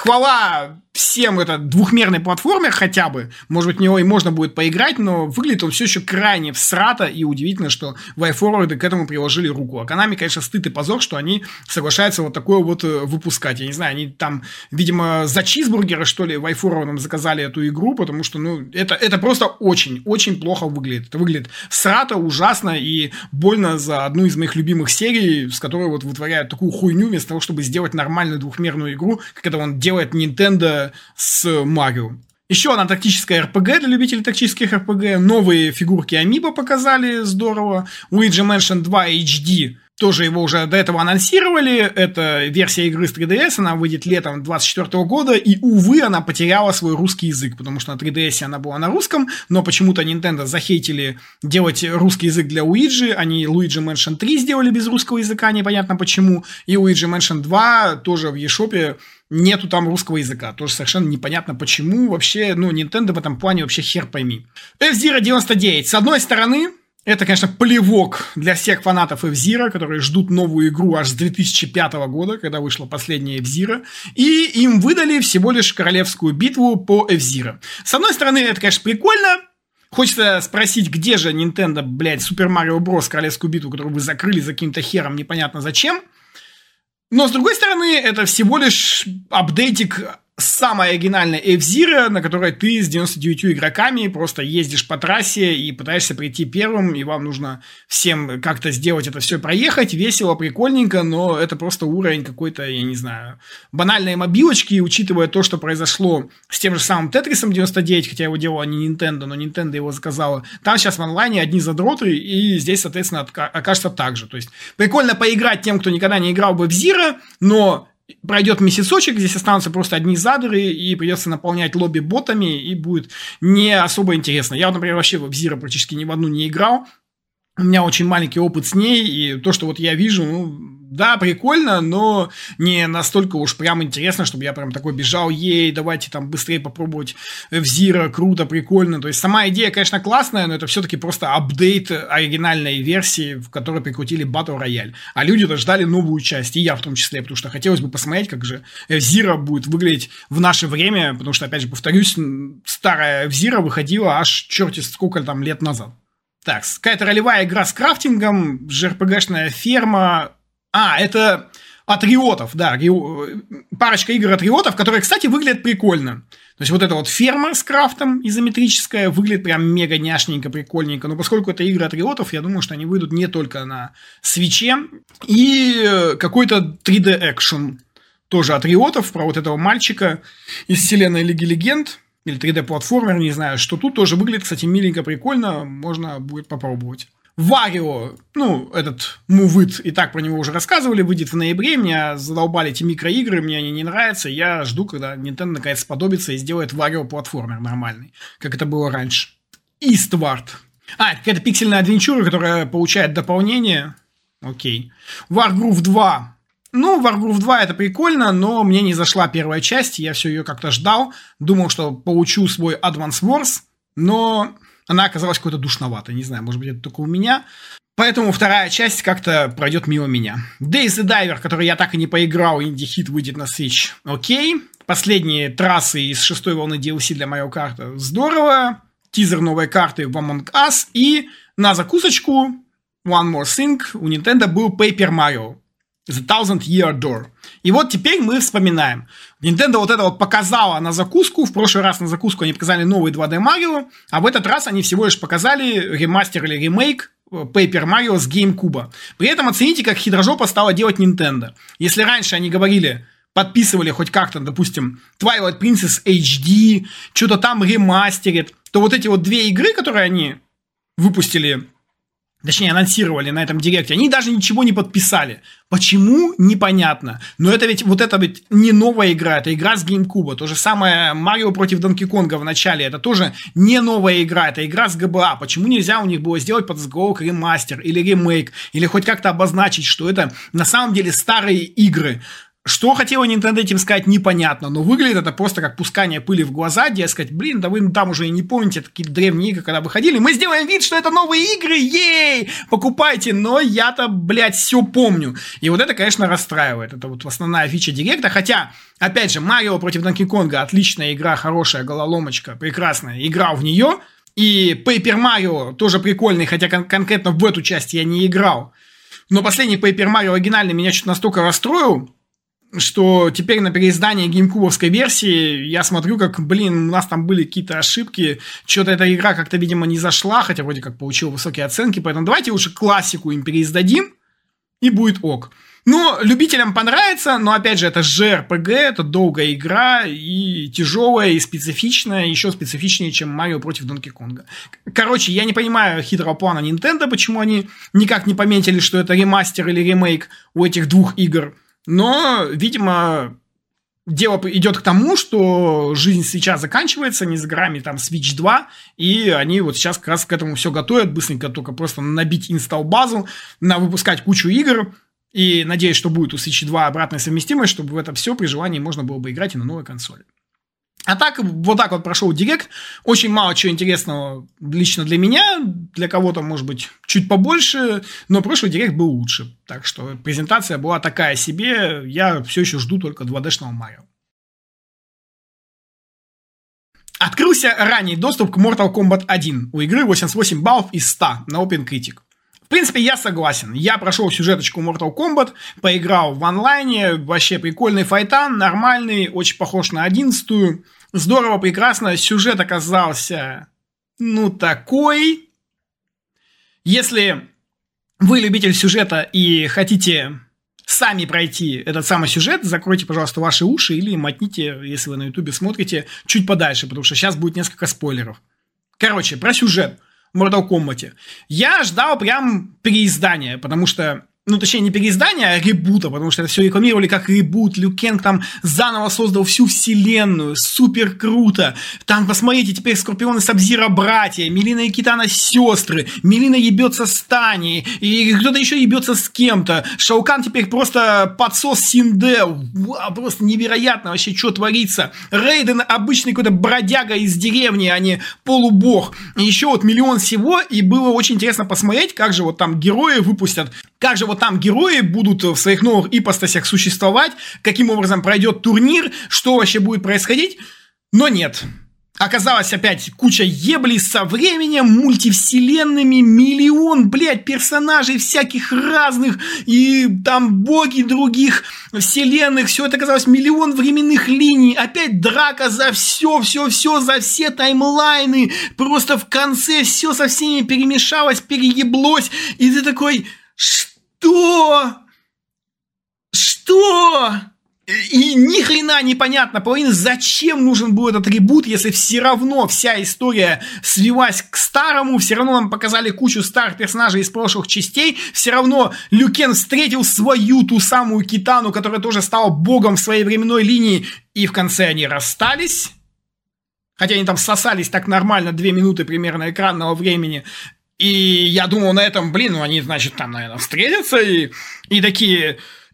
хвала всем это двухмерный платформер хотя бы, может быть, в него и можно будет поиграть, но выглядит он все еще крайне всрато, и удивительно, что WayForward к этому приложили руку. А Konami, конечно, стыд и позор, что они соглашаются вот такое вот выпускать. Я не знаю, они там, видимо, за чизбургеры, что ли, WayForward заказали эту игру, потому что, ну, это просто очень-очень плохо выглядит. Это выглядит всрато, ужасно и больно за одну из моих любимых серий, с которой вот вытворяют такую хуйню, вместо того, чтобы сделать нормальную двухмерную игру, как это он делает Nintendo с Марио. Еще одна тактическая РПГ для любителей тактических РПГ. Новые фигурки Амибо показали, здорово. Luigi Mansion 2 HD, тоже его уже до этого анонсировали. Это версия игры с 3DS, она выйдет летом 2024 года. И, увы, она потеряла свой русский язык, потому что на 3DS она была на русском, но почему-то Nintendo захейтили делать русский язык для Luigi. Они Luigi Mansion 3 сделали без русского языка, непонятно почему. И Luigi Mansion 2 тоже в eShop нету там русского языка. Тоже совершенно непонятно почему. Вообще, ну, Nintendo в этом плане вообще хер пойми. F-Zero 99. С одной стороны, Это, конечно, плевок для всех фанатов F-Zero, которые ждут новую игру аж с 2005 года, когда вышла последняя F-Zero, и им выдали всего лишь королевскую битву по F-Zero. С одной стороны, это, конечно, прикольно. Хочется спросить, где же Nintendo, блядь, Super Mario Bros. Королевскую битву, которую вы закрыли за каким-то хером, непонятно зачем. Но, с другой стороны, это всего лишь апдейтик самой оригинальной F-Zero, на которой ты с 99 игроками просто ездишь по трассе и пытаешься прийти первым, и вам нужно всем как-то сделать это все, проехать. Весело, прикольненько, но это просто уровень какой-то, я не знаю, банальной мобилочки, и учитывая то, что произошло с тем же самым Тетрисом 99, хотя его делала не Nintendo, но Nintendo его заказала, там сейчас в онлайне одни задроты, и здесь, соответственно, окажется так же. То есть, прикольно поиграть тем, кто никогда не играл в F-Zero, но пройдет месяцочек, здесь останутся просто одни задры, и придется наполнять лобби ботами, и будет не особо интересно. Я, например, вообще в F-Zero практически ни в одну не играл. У меня очень маленький опыт с ней, и то, что вот я вижу, ну, да, прикольно, но не настолько уж прям интересно, чтобы я прям такой бежал, ей, давайте там быстрее попробовать F-Zero, круто, прикольно. То есть сама идея, конечно, классная, но это все-таки просто апдейт оригинальной версии, в которой прикрутили Battle Royale. А люди-то ждали новую часть, и я в том числе, потому что хотелось бы посмотреть, как же F-Zero будет выглядеть в наше время, потому что, опять же, повторюсь, старая F-Zero выходила аж черти сколько там лет назад. Так, какая-то ролевая игра с крафтингом, JRPG-шная ферма. Это от Риотов, да, парочка игр от Риотов, которые, кстати, выглядят прикольно. То есть, вот эта вот ферма с крафтом изометрическая выглядит прям мега няшненько, прикольненько. Но поскольку это игры от Риотов, я думаю, что они выйдут не только на Свитче. И какой-то 3D-экшен тоже от Риотов, про вот этого мальчика из вселенной Лиги Легенд. Или 3D-платформер, не знаю, что тут тоже выглядит, кстати, миленько, прикольно, можно будет попробовать. Варио, ну, этот Move It, и так про него уже рассказывали, выйдет в ноябре, меня задолбали эти микроигры, мне они не нравятся, я жду, когда Nintendo наконец сподобится и сделает Варио-платформер нормальный, как это было раньше. Eastward. Какая-то пиксельная адвенчура, которая получает дополнение. Окей. Wargroove 2. Ну, Wargroove 2 это прикольно, но мне не зашла первая часть, я все ее как-то ждал, думал, что получу свой Advance Wars, но она оказалась какой-то душноватой, не знаю, может быть, это только у меня, поэтому вторая часть как-то пройдет мимо меня. Days the Diver, который я так и не поиграл, инди-хит выйдет на Switch, окей. Последние трассы из 6-й волны DLC для Mario Kart, здорово, тизер новой карты в Among Us, и на закусочку, One More Thing, у Nintendo был Paper Mario. The Thousand Year Door. И вот теперь мы вспоминаем. Nintendo вот это вот показала на закуску. В прошлый раз на закуску они показали новый 2D Mario, а в этот раз они всего лишь показали ремастер или ремейк Paper Mario с GameCube. При этом оцените, как хитрожопо стало делать Nintendo. Если раньше они говорили, подписывали хоть как-то, допустим, Twilight Princess HD, что-то там ремастерит, то вот эти вот две игры, которые они выпустили, точнее, анонсировали на этом директе, они даже ничего не подписали. Почему? Непонятно. Но это ведь не новая игра, это игра с GameCube. То же самое Марио против Донки Конга в начале, это тоже не новая игра, это игра с GBA. Почему нельзя у них было сделать под заголовок ремастер или ремейк, или хоть как-то обозначить, что это на самом деле старые игры? Что хотела Nintendo этим сказать, непонятно, но выглядит это просто как пускание пыли в глаза, дескать, блин, да вы там уже и не помните такие древние игры, когда выходили, мы сделаем вид, что это новые игры, ей, покупайте, но я-то, блядь, все помню. И вот это, конечно, расстраивает, это вот основная фича директа, хотя, опять же, Марио против Донки Конга, отличная игра, хорошая головоломочка, прекрасная, играл в нее, и Paper Mario тоже прикольный, хотя конкретно в эту часть я не играл, но последний Paper Mario оригинальный меня что-то настолько расстроил, что теперь на переиздании геймкубовской версии я смотрю, как, блин, у нас там были какие-то ошибки, что-то эта игра как-то, видимо, не зашла, хотя вроде как получила высокие оценки, поэтому давайте лучше классику им переиздадим, и будет ок. Но любителям понравится, но, опять же, это JRPG, это долгая игра, и тяжелая, и специфичная, еще специфичнее, чем Марио против Донки Конга. Короче, я не понимаю хитрого плана Nintendo, почему они никак не пометили, что это ремастер или ремейк у этих двух игр. Но, видимо, дело идет к тому, что жизнь сейчас заканчивается, не за горами там Switch 2, и они вот сейчас как раз к этому все готовят, быстренько только просто набить инсталл-базу, выпускать кучу игр, и надеюсь, что будет у Switch 2 обратная совместимость, чтобы в это все при желании можно было бы играть и на новой консоли. А так, вот так вот прошел Директ. Очень мало чего интересного лично для меня. Для кого-то, может быть, чуть побольше. Но прошлый Директ был лучше. Так что презентация была такая себе. Я все еще жду только 2D-шного Марио. Открылся ранний доступ к Mortal Kombat 1. У игры 88 баллов из 100 на OpenCritic. В принципе, я согласен. Я прошел сюжеточку Mortal Kombat, поиграл в онлайне. Вообще прикольный файтан, нормальный, очень похож на 11-ю. Здорово, прекрасно. Сюжет оказался, такой. Если вы любитель сюжета и хотите сами пройти этот самый сюжет, закройте, пожалуйста, ваши уши или мотните, если вы на ютубе смотрите, чуть подальше, потому что сейчас будет несколько спойлеров. Короче, про сюжет в Mortal Kombat. Я ждал прям переиздания, потому что... точнее, не переиздания, а ребута, потому что это все рекламировали как ребут. Лю Кенг там заново создал всю вселенную, супер круто. Там, посмотрите, теперь Скорпион и Сабзира братья, Милина и Китана сестры, Милина ебется с Таней, и кто-то еще ебется с кем-то. Шаукан теперь просто подсос Синдел. Просто невероятно вообще, что творится. Рейден обычный какой-то бродяга из деревни, а не полубог. И еще вот миллион всего, и было очень интересно посмотреть, как же вот там герои выпустят, как же вот там герои будут в своих новых ипостасях существовать, каким образом пройдет турнир, что вообще будет происходить. Но нет. Оказалось опять куча еблей со временем, мультивселенными, миллион, персонажей всяких разных, и там боги других вселенных, все это оказалось миллион временных линий, опять драка за все, за все таймлайны, просто в конце все со всеми перемешалось, перееблось, и ты такой... Что? И ни хрена непонятно, половина, зачем нужен был этот ребут, если все равно вся история свелась к старому, все равно нам показали кучу старых персонажей из прошлых частей, все равно Лю Кен встретил свою, ту самую Китану, которая тоже стала богом в своей временной линии, и в конце они расстались, хотя они там сосались так нормально, 2 минуты примерно экранного времени. И я думал на этом, они, значит, там, наверное, встретятся и такие...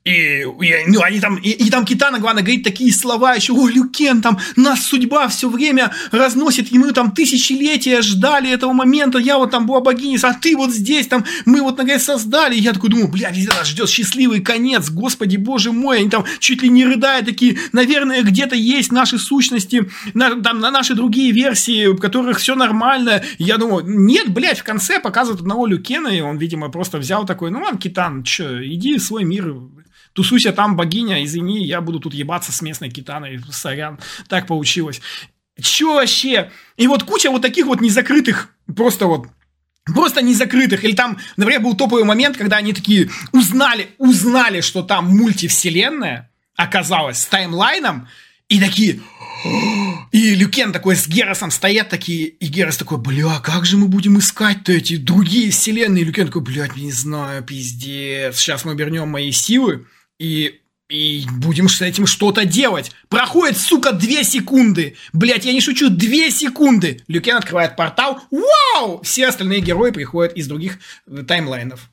они там, и там Китана, главное, говорит такие слова еще: «О, Лю Кен, там, нас судьба все время разносит, и мы там тысячелетия ждали этого момента, я вот там была богиней, а ты вот здесь, там, мы вот, наконец, создали». И я такой думаю, везде нас ждет счастливый конец, господи, боже мой, они там чуть ли не рыдая такие, наверное, где-то есть наши сущности, на наши другие версии, в которых все нормально. И я думаю, нет, в конце показывают одного Лю Кена, и он, видимо, просто взял такой: ладно, Китан, иди в свой мир, тусуйся там, богиня, извини, я буду тут ебаться с местной Китаной, сорян, так получилось. Чё вообще? И вот куча вот таких вот незакрытых, просто незакрытых. Или там, например, был топовый момент, когда они такие узнали, что там мультивселенная оказалась с таймлайном, и такие... И Лю Кен такой с Герасом стоят такие, и Герас такой: как же мы будем искать-то эти другие вселенные? И Лю Кен такой: не знаю, пиздец, сейчас мы вернем мои силы и будем с этим что-то делать. Проходит, сука, 2 секунды. Я не шучу, 2 секунды. Лю Кен открывает портал. Вау! Все остальные герои приходят из других таймлайнов.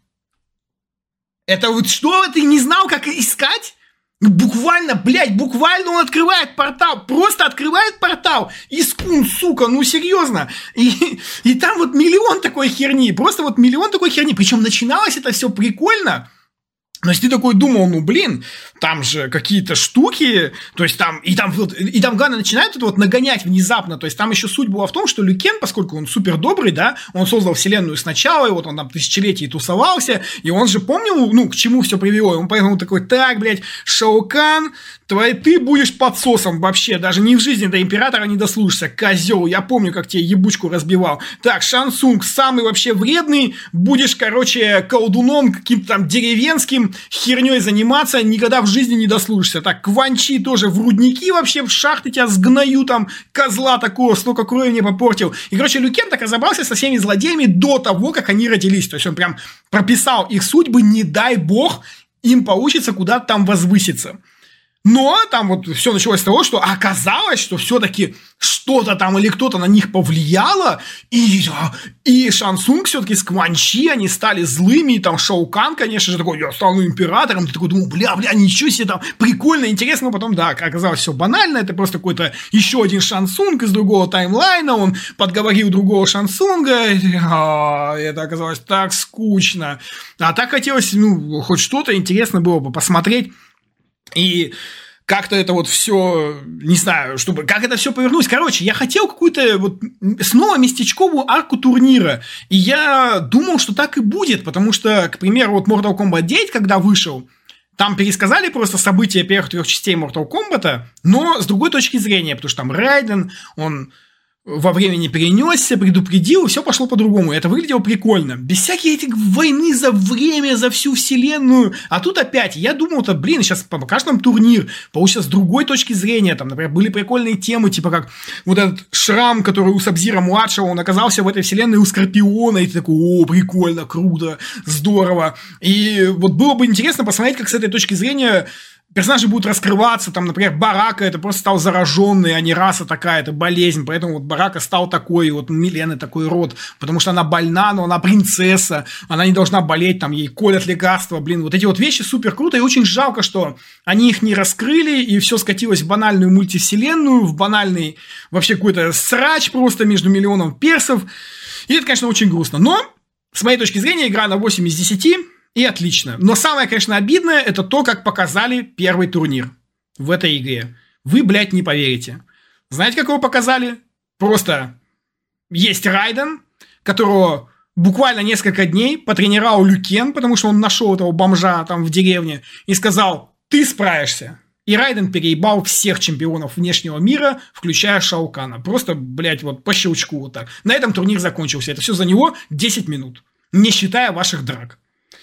Это вот что? Ты не знал, как искать? Буквально он открывает портал, просто открывает портал, искун, сука, серьезно, и там вот миллион такой херни, причем начиналось это все прикольно, но если ты такой думал, там же какие-то штуки, то есть там главное, начинает это вот нагонять внезапно, то есть там еще суть была в том, что Лю Кен, поскольку он супер добрый, да, он создал вселенную сначала, и вот он там тысячелетий тусовался, и он же помнил, к чему все привело, и он поэтому такой: так, Шаукан, ты будешь подсосом вообще, даже ни в жизни до императора не дослужишься, козел, я помню, как тебе ебучку разбивал. Так, Шан Цунг, самый вообще вредный, будешь, колдуном каким-то там деревенским, херней заниматься, никогда в жизни не дослужишься. Так, Кван Чи тоже в рудники вообще, в шахты тебя сгною, там, козла такого, столько крови мне попортил. И, Лю Кен так разобрался со всеми злодеями до того, как они родились. То есть он прям прописал их судьбы, не дай бог, им получится куда-то там возвыситься. Но там вот все началось с того, что оказалось, что все-таки что-то там или кто-то на них повлияло, и Шан Цунг все-таки с Кван Чи, они стали злыми, и там Шоу Кан, конечно же, такой, я стану императором, ты такой думал, бля, ничего себе, там прикольно, интересно, но потом, да, оказалось все банально, это просто какой-то еще один Шан Цунг из другого таймлайна, он подговорил другого Шан Цунга, это оказалось так скучно, а так хотелось, хоть что-то интересно было бы посмотреть. И как-то это вот все, не знаю, чтобы как это все повернулось. Короче, я хотел какую-то вот снова местечковую арку турнира. И я думал, что так и будет, потому что, к примеру, вот Mortal Kombat 9, когда вышел, там пересказали просто события первых 3 частей Mortal Kombat, но с другой точки зрения, потому что там Райден, он во времени перенесся, предупредил, и все пошло по-другому. Это выглядело прикольно. Без всяких этих войны за время, за всю вселенную. А тут опять, я думал-то, сейчас покажут нам турнир, получится с другой точки зрения. Там, например, были прикольные темы, типа как вот этот шрам, который у Сабзира младшего, он оказался в этой вселенной у Скорпиона, и ты такой, о, прикольно, круто, здорово. И вот было бы интересно посмотреть, как с этой точки зрения персонажи будут раскрываться, там, например, Барака это просто стал зараженный, а не раса такая, это болезнь, поэтому вот Барака стал такой, вот Милены такой род, потому что она больна, но она принцесса, она не должна болеть, там, ей колят лекарства, вот эти вот вещи супер круто, и очень жалко, что они их не раскрыли, и все скатилось в банальную мультивселенную, в банальный вообще какой-то срач просто между миллионом персов, и это, конечно, очень грустно, но, с моей точки зрения, игра на 8 из 10, и отлично. Но самое, конечно, обидное, это то, как показали первый турнир в этой игре. Вы, блядь, не поверите. Знаете, как его показали? Просто есть Райден, которого буквально несколько дней потренировал Лю Кен, потому что он нашел этого бомжа там в деревне, и сказал, ты справишься. И Райден переебал всех чемпионов внешнего мира, включая Шао Кана. Просто, блядь, вот по щелчку вот так. На этом турнир закончился. Это все за него 10 минут. Не считая ваших драк.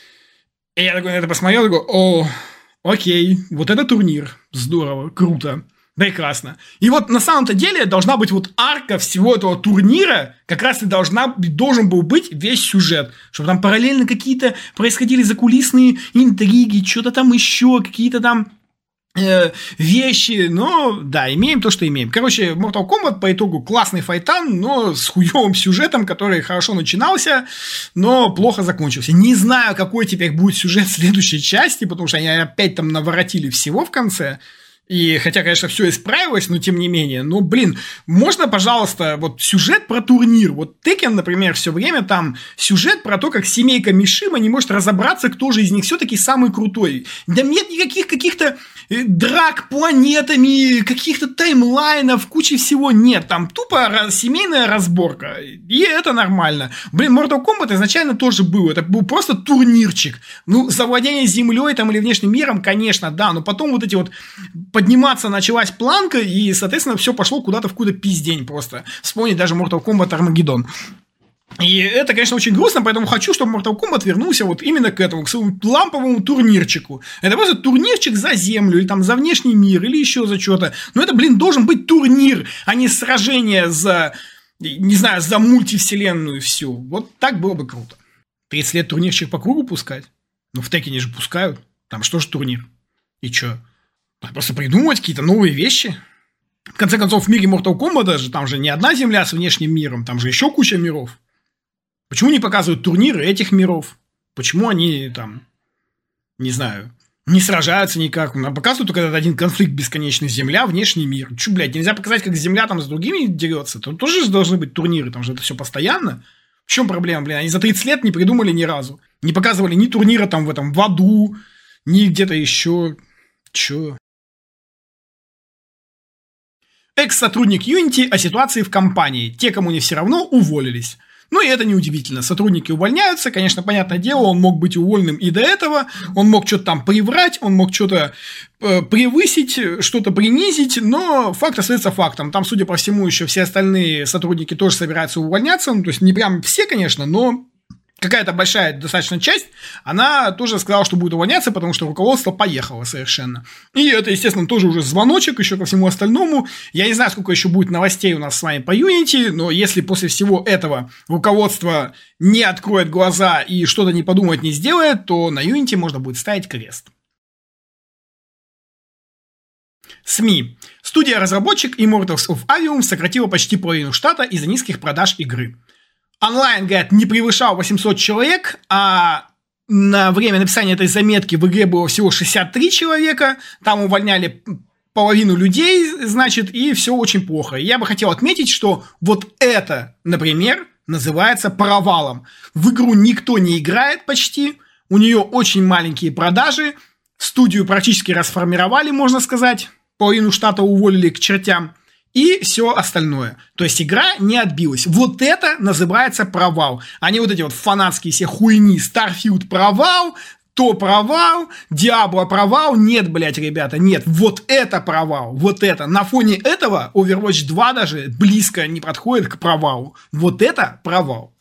И я такой на это посмотрел, такой, о, окей, вот это турнир, здорово, круто, прекрасно. И вот на самом-то деле должна быть вот арка всего этого турнира, как раз и должен был быть весь сюжет, чтобы там параллельно какие-то происходили закулисные интриги, что-то там еще, какие-то там вещи, но да, имеем то, что имеем. Короче, Mortal Kombat по итогу классный файтан, но с хуевым сюжетом, который хорошо начинался, но плохо закончился. Не знаю, какой теперь будет сюжет следующей части, потому что они опять там наворотили всего в конце. И хотя, конечно, все исправилось, но тем не менее. Ну, можно, пожалуйста, вот сюжет про турнир. Вот Текен, например, все время там сюжет про то, как семейка Мишима не может разобраться, кто же из них все-таки самый крутой. Да нет никаких каких-то драк планетами, каких-то таймлайнов, кучи всего нет. Там тупо семейная разборка. И это нормально. Mortal Kombat изначально тоже был. Это был просто турнирчик. Ну, завладение землей там или внешним миром, конечно, да. Но потом вот эти вот подниматься началась планка, и, соответственно, все пошло куда-то в какую-то пиздень просто. Вспомнить даже Mortal Kombat Armageddon. И это, конечно, очень грустно, поэтому хочу, чтобы Mortal Kombat вернулся вот именно к этому, к своему ламповому турнирчику. Это просто турнирчик за землю, или там за внешний мир, или еще за что-то. Но это, должен быть турнир, а не сражение за, не знаю, за мультивселенную всю. Вот так было бы круто. 30 лет турнирчик по кругу пускать? Ну, в Текене же пускают. Там что же турнир? И чё? Просто придумывать какие-то новые вещи. В конце концов, в мире Mortal Kombat даже, там же не одна земля с внешним миром, там же еще куча миров. Почему не показывают турниры этих миров? Почему они там, не знаю, не сражаются никак? Показывают только этот один конфликт бесконечный. Земля, внешний мир. Чё, блядь, нельзя показать, как Земля там с другими дерется? Тут тоже должны быть турниры, там же это все постоянно. В чем проблема, блин? Они за 30 лет не придумали ни разу. Не показывали ни турнира там в аду, ни где-то еще. Чё? Экс-сотрудник Unity о ситуации в компании. Те, кому не все равно, уволились. Ну и это неудивительно. Сотрудники увольняются. Конечно, понятное дело, он мог быть уволенным и до этого. Он мог что-то там приврать, он мог что-то превысить, что-то принизить. Но факт остается фактом. Там, судя по всему, еще все остальные сотрудники тоже собираются увольняться. Ну, то есть не прям все, конечно, но какая-то большая достаточно часть, она тоже сказала, что будет увольняться, потому что руководство поехало совершенно. И это, естественно, тоже уже звоночек еще ко всему остальному. Я не знаю, сколько еще будет новостей у нас с вами по Unity, но если после всего этого руководство не откроет глаза и что-то не подумает, не сделает, то на Unity можно будет ставить крест. СМИ. Студия-разработчик Immortals of Aveum сократила почти половину штата из-за низких продаж игры. Онлайн, говорят, не превышал 800 человек, а на время написания этой заметки в игре было всего 63 человека. Там увольняли половину людей, значит, и все очень плохо. И я бы хотел отметить, что вот это, например, называется провалом. В игру никто не играет почти, у нее очень маленькие продажи, студию практически расформировали, можно сказать, половину штата уволили к чертям, и все остальное. То есть игра не отбилась. Вот это называется провал. А не вот эти вот фанатские все хуйни. Starfield провал, то провал, Diablo провал. Нет, блядь, ребята, нет. Вот это провал. Вот это. На фоне этого Overwatch 2 даже близко не подходит к провалу. Вот это провал.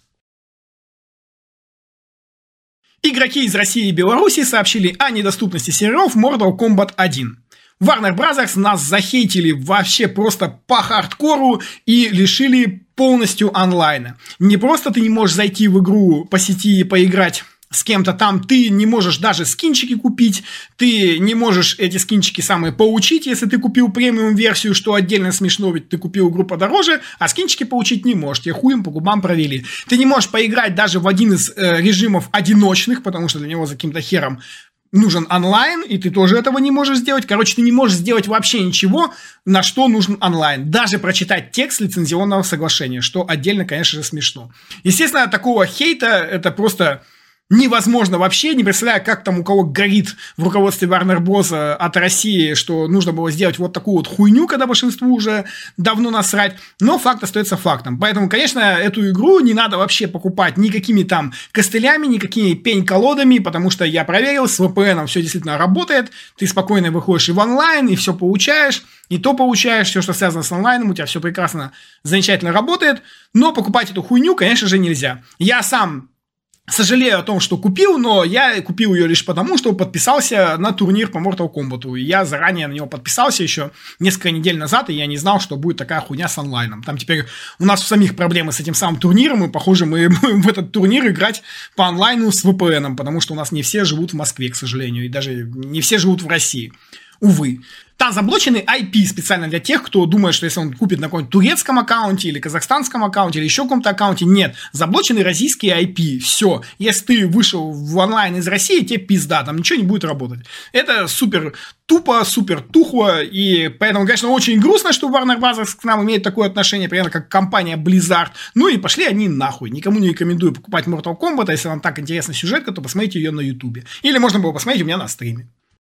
Игроки из России и Беларуси сообщили о недоступности серверов Mortal Kombat 1. Warner Bros. Нас захейтили вообще просто по хардкору и лишили полностью онлайна. Не просто ты не можешь зайти в игру по сети и поиграть с кем-то там, ты не можешь даже скинчики купить, ты не можешь эти скинчики самые получить, если ты купил премиум-версию, что отдельно смешно, ведь ты купил игру подороже, а скинчики получить не можешь, тебе хуем по губам провели. Ты не можешь поиграть даже в один из режимов одиночных, потому что для него за каким-то хером нужен онлайн, и ты тоже этого не можешь сделать. Короче, ты не можешь сделать вообще ничего, на что нужен онлайн. Даже прочитать текст лицензионного соглашения, что отдельно, конечно же, смешно. Естественно, такого хейта это просто невозможно вообще. Не представляю, как там у кого горит в руководстве Warner Bros. От России, что нужно было сделать вот такую вот хуйню, когда большинству уже давно насрать. Но факт остается фактом. Поэтому, конечно, эту игру не надо вообще покупать никакими там костылями, никакими пень-колодами, потому что я проверил, с VPN все действительно работает. Ты спокойно выходишь и в онлайн, и все получаешь. И то получаешь, все, что связано с онлайном, у тебя все прекрасно, замечательно работает. Но покупать эту хуйню, конечно же, нельзя. Я сам сожалею о том, что купил, но я купил ее лишь потому, что подписался на турнир по Mortal Kombat. И я заранее на него подписался еще несколько недель назад, и я не знал, что будет такая хуйня с онлайном. Там теперь у нас у самих проблемы с этим самым турниром, и, похоже, мы будем в этот турнир играть по онлайну с VPN, потому что у нас не все живут в Москве, к сожалению, и даже не все живут в России. Увы. Там заблочены IP специально для тех, кто думает, что если он купит на каком-нибудь турецком аккаунте или казахстанском аккаунте или еще каком-то аккаунте, нет. Заблочены российские IP. Все. Если ты вышел в онлайн из России, тебе пизда, там ничего не будет работать. Это супер тупо, супер тухло, и поэтому, конечно, очень грустно, что Warner Bros. К нам имеет такое отношение, примерно как компания Blizzard. Ну и пошли они нахуй. Никому не рекомендую покупать Mortal Kombat, а если вам так интересна сюжетка, то посмотрите ее на YouTube. Или можно было посмотреть у меня на стриме.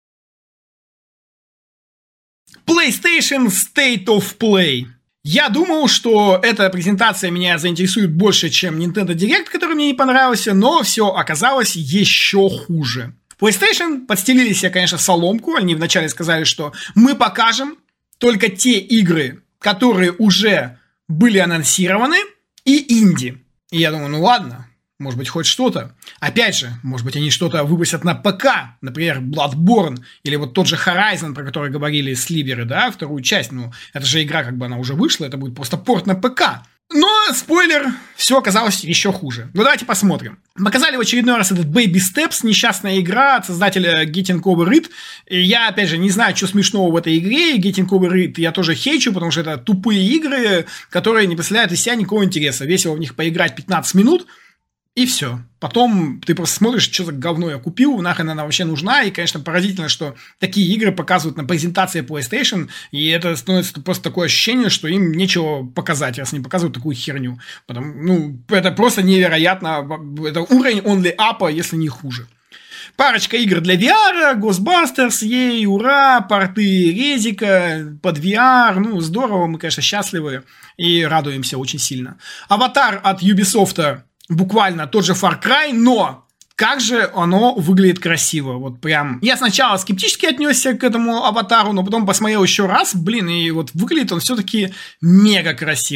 PlayStation State of Play. Я думал, что эта презентация меня заинтересует больше, чем Nintendo Direct, который мне не понравился, но все оказалось еще хуже. PlayStation подстелили себе, конечно, соломку. Они вначале сказали, что мы покажем только те игры, которые уже были анонсированы, и инди. И я думаю, ну ладно. Может быть, хоть что-то. Опять же, может быть, они что-то выпустят на ПК. Например, Bloodborne. Или вот тот же Horizon, про который говорили сливеры, да, вторую часть. Ну, это же игра, как бы она уже вышла. Это будет просто порт на ПК. Но, спойлер, все оказалось еще хуже. Ну, давайте посмотрим. Показали в очередной раз этот Baby Steps, несчастная игра от создателя Getting Over It. И я, опять же, не знаю, что смешного в этой игре. Getting Over It я тоже хейчу, потому что это тупые игры, которые не представляют из себя никакого интереса. Весело в них поиграть 15 минут. И все. Потом ты просто смотришь, что за говно я купил, нахрен она вообще нужна. И, конечно, поразительно, что такие игры показывают на презентации PlayStation. И это становится просто такое ощущение, что им нечего показать, раз они показывают такую херню. Это просто невероятно. Это уровень only up, если не хуже. Парочка игр для VR, Ghostbusters, ей, ура, порты резика под VR, ну, здорово, мы, конечно, счастливы и радуемся очень сильно. Аватар от Ubisoft, буквально тот же Far Cry, но как же оно выглядит красиво, вот прям. Я сначала скептически отнесся к этому аватару, но потом посмотрел еще раз, и вот выглядит он все-таки мега красиво.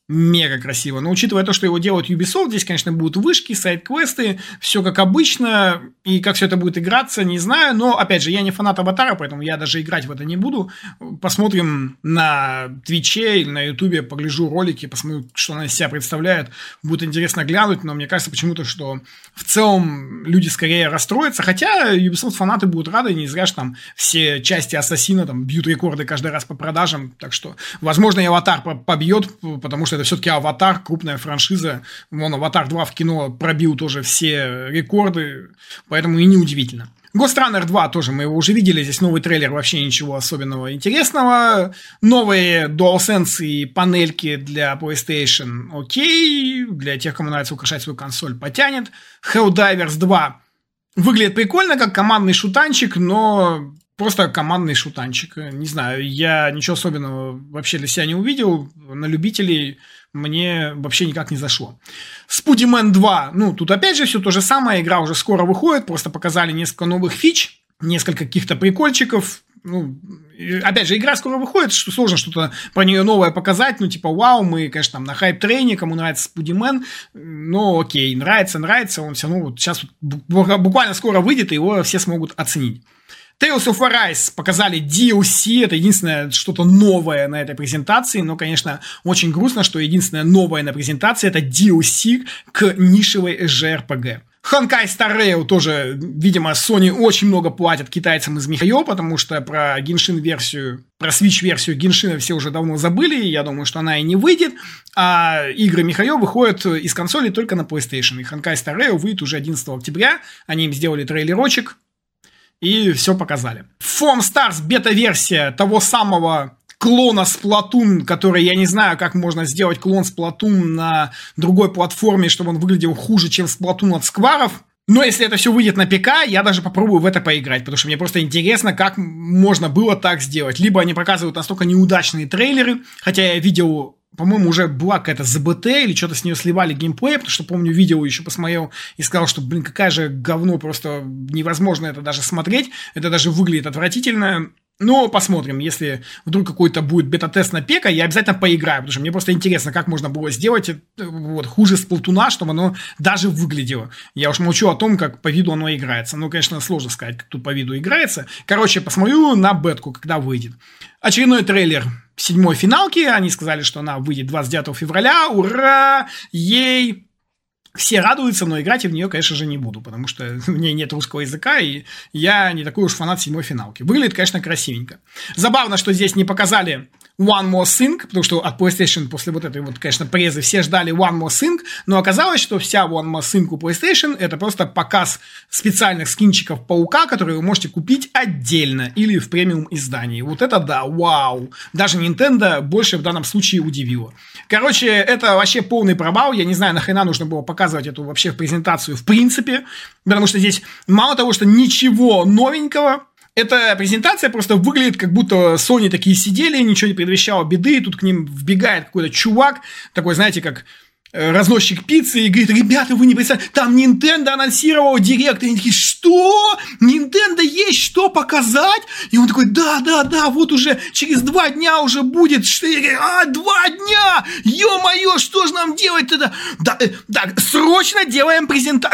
мега красиво. Но учитывая то, что его делают Ubisoft, здесь, конечно, будут вышки, сайд-квесты, все как обычно, и как все это будет играться, не знаю, но, опять же, я не фанат Аватара, поэтому я даже играть в это не буду. Посмотрим на Твиче или на Ютубе, погляжу ролики, посмотрю, что она из себя представляет, будет интересно глянуть, но мне кажется почему-то, что в целом люди скорее расстроятся, хотя Ubisoft фанаты будут рады, не зря же там все части Ассасина там бьют рекорды каждый раз по продажам, так что, возможно, и Аватар побьет, потому что это все-таки Аватар, крупная франшиза. Вон Аватар 2 в кино пробил тоже все рекорды, поэтому и неудивительно. Ghost Runner 2 тоже мы его уже видели, здесь новый трейлер, вообще ничего особенного интересного. Новые DualSense и панельки для PlayStation, окей, для тех, кому нравится украшать свою консоль, потянет. Helldivers 2 выглядит прикольно, как командный шутанчик, но... Просто командный шутанчик. Не знаю, я ничего особенного вообще для себя не увидел. На любителей мне вообще никак не зашло. Spoodyman 2. Ну, тут опять же все то же самое. Игра уже скоро выходит. Просто показали несколько новых фич. Несколько каких-то прикольчиков. Ну, опять же, игра скоро выходит. Что сложно что-то про нее новое показать. Ну, типа, вау, мы, конечно, там на хайп-трейне. Кому нравится Spoodyman. Ну, окей, нравится. Он все равно вот сейчас буквально скоро выйдет. И его все смогут оценить. Tales of Arise показали DLC, это единственное что-то новое на этой презентации, но, конечно, очень грустно, что единственное новое на презентации это DLC к нишевой JRPG. Honkai Star Rail тоже, видимо, Sony очень много платят китайцам из Михайо, потому что про Genshin-версию, про Switch-версию Геншина все уже давно забыли, я думаю, что она и не выйдет, а игры Михайо выходят из консоли только на PlayStation, и Honkai Star Rail выйдет уже 11 октября, они им сделали трейлерочек, и все показали. Foam Stars бета-версия того самого клона Splatoon, который, я не знаю, как можно сделать клон Splatoon на другой платформе, чтобы он выглядел хуже, чем Splatoon от Скваров. Но если это все выйдет на ПК, я даже попробую в это поиграть, потому что мне просто интересно, как можно было так сделать. Либо они показывают настолько неудачные трейлеры, хотя я видел... По-моему, уже была какая-то ЗБТ или что-то с нее сливали геймплей, потому что, помню, видео еще посмотрел и сказал, что, блин, какая же говно, просто невозможно это даже смотреть, это даже выглядит отвратительно. Но посмотрим, если вдруг какой-то будет бета-тест на ПК, я обязательно поиграю, потому что мне просто интересно, как можно было сделать вот, хуже Сплатуна, чтобы оно даже выглядело. Я уж молчу о том, как по виду оно играется. Ну, конечно, сложно сказать, как тут по виду играется. Короче, посмотрю на бетку, когда выйдет. Очередной трейлер 7-й финалки. Они сказали, что она выйдет 29 февраля. Ура! Ей! Все радуются, но играть я в нее, конечно же, не буду, потому что у меня нет русского языка, и я не такой уж фанат 7-й финалки. Выглядит, конечно, красивенько. Забавно, что здесь не показали One More Thing, потому что от PlayStation после вот этой вот, конечно, презы все ждали One More Thing, но оказалось, что вся One More Thing у PlayStation это просто показ специальных скинчиков Паука, которые вы можете купить отдельно или в премиум издании. Вот это да, вау! Даже Nintendo больше в данном случае удивило. Короче, это вообще полный провал, я не знаю, нахрена нужно было показывать эту вообще презентацию в принципе, потому что здесь мало того, что ничего новенького, эта презентация просто выглядит, как будто Sony такие сидели, ничего не предвещало беды, и тут к ним вбегает какой-то чувак, такой, знаете, как разносчик пиццы, и говорит: ребята, вы не представляете, там Nintendo анонсировал Директ, и они такие: что? Nintendo есть что показать? И он такой: да, вот уже через 2 дня уже будет. 2 дня! Ё-моё, что же нам делать тогда? Так, срочно делаем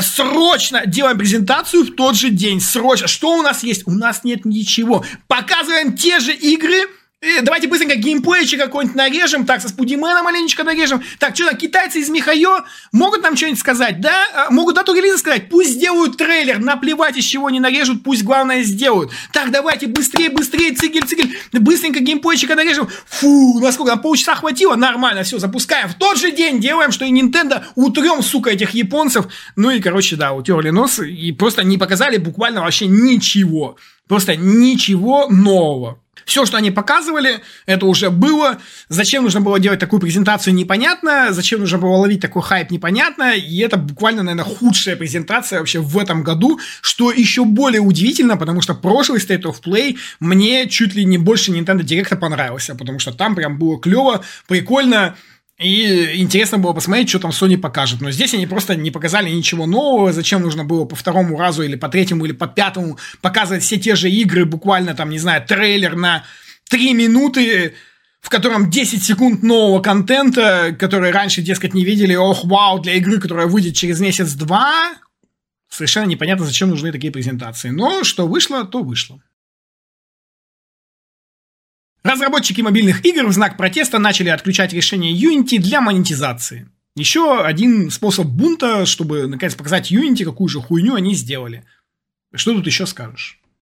презентацию в тот же день, срочно. Что у нас есть? У нас нет ничего. Показываем те же игры. Давайте быстренько геймплейчик какой-нибудь нарежем. Так, со Спудименом маленечко нарежем. Так, что там, китайцы из Михайо могут нам что-нибудь сказать, да? Могут дату релиза сказать? Пусть сделают трейлер. Наплевать, из чего не нарежут, пусть главное сделают. Так, давайте быстрее, цигель. Быстренько геймплейчика нарежем. Фу, насколько, нам полчаса хватило? Нормально, все, запускаем. В тот же день делаем, что и Nintendo. Утрем, сука, этих японцев. Ну и, короче, да, утерли нос. И просто не показали буквально вообще ничего. Просто ничего нового. Все, что они показывали, это уже было. Зачем нужно было делать такую презентацию, непонятно. Зачем нужно было ловить такой хайп, непонятно. И это буквально, наверное, худшая презентация вообще в этом году. Что еще более удивительно, потому что прошлый State of Play мне чуть ли не больше Nintendo Direct понравился. Потому что там прям было клево, прикольно. И интересно было посмотреть, что там Sony покажет. Но здесь они просто не показали ничего нового. Зачем нужно было по 2-му разу или по 3-му или по 5-му показывать все те же игры, буквально там, не знаю, трейлер на 3 минуты. в котором 10 секунд нового контента, который раньше, дескать, не видели, ох, вау, для игры, которая выйдет через месяц-два, совершенно непонятно, зачем нужны такие презентации. Но что вышло, то вышло. Разработчики мобильных игр в знак протеста начали отключать решение Unity для монетизации. Еще один способ бунта, чтобы наконец показать Unity, какую же хуйню они сделали. Что тут еще скажешь?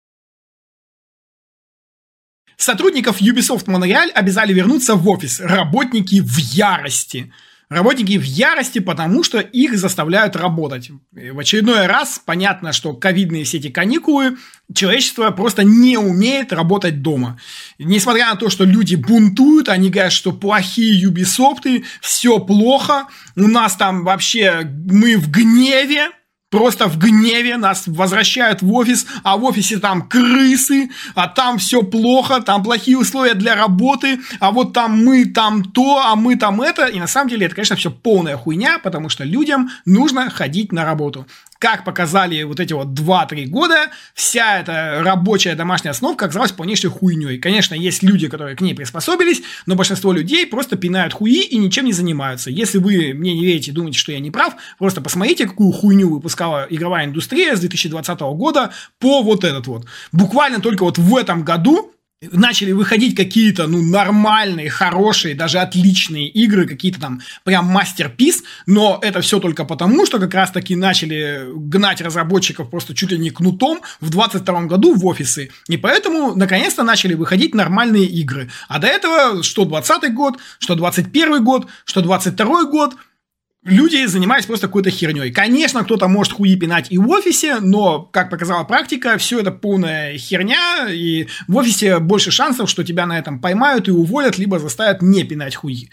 Сотрудников Ubisoft Montreal обязали вернуться в офис. Работники в ярости. Работники в ярости, потому что их заставляют работать. И в очередной раз понятно, что ковидные все эти каникулы, человечество просто не умеет работать дома. Несмотря на то, что люди бунтуют, они говорят, что плохие Ubisoft, все плохо, у нас там вообще мы в гневе. Просто в гневе нас возвращают в офис, а в офисе там крысы, а там все плохо, там плохие условия для работы, а вот там мы там то, а мы там это. И на самом деле это, конечно, все полная хуйня, потому что людям нужно ходить на работу. Как показали вот эти вот 2-3 года, вся эта рабочая домашняя основка оказалась полнейшей хуйней. Конечно, есть люди, которые к ней приспособились, но большинство людей просто пинают хуи и ничем не занимаются. Если вы мне не верите и думаете, что я не прав, просто посмотрите, какую хуйню выпускала игровая индустрия с 2020 года по вот этот вот. Буквально только вот в этом году начали выходить какие-то, нормальные, хорошие, даже отличные игры, какие-то там прям мастерпис, но это все только потому, что как раз-таки начали гнать разработчиков просто чуть ли не кнутом в 2022 году в офисы, и поэтому наконец-то начали выходить нормальные игры. А до этого, что 2020 год, что 2021 год, что 2022 год, люди занимались просто какой-то херней. Конечно, кто-то может хуи пинать и в офисе, но, как показала практика, все это полная херня, и в офисе больше шансов, что тебя на этом поймают и уволят, либо заставят не пинать хуи.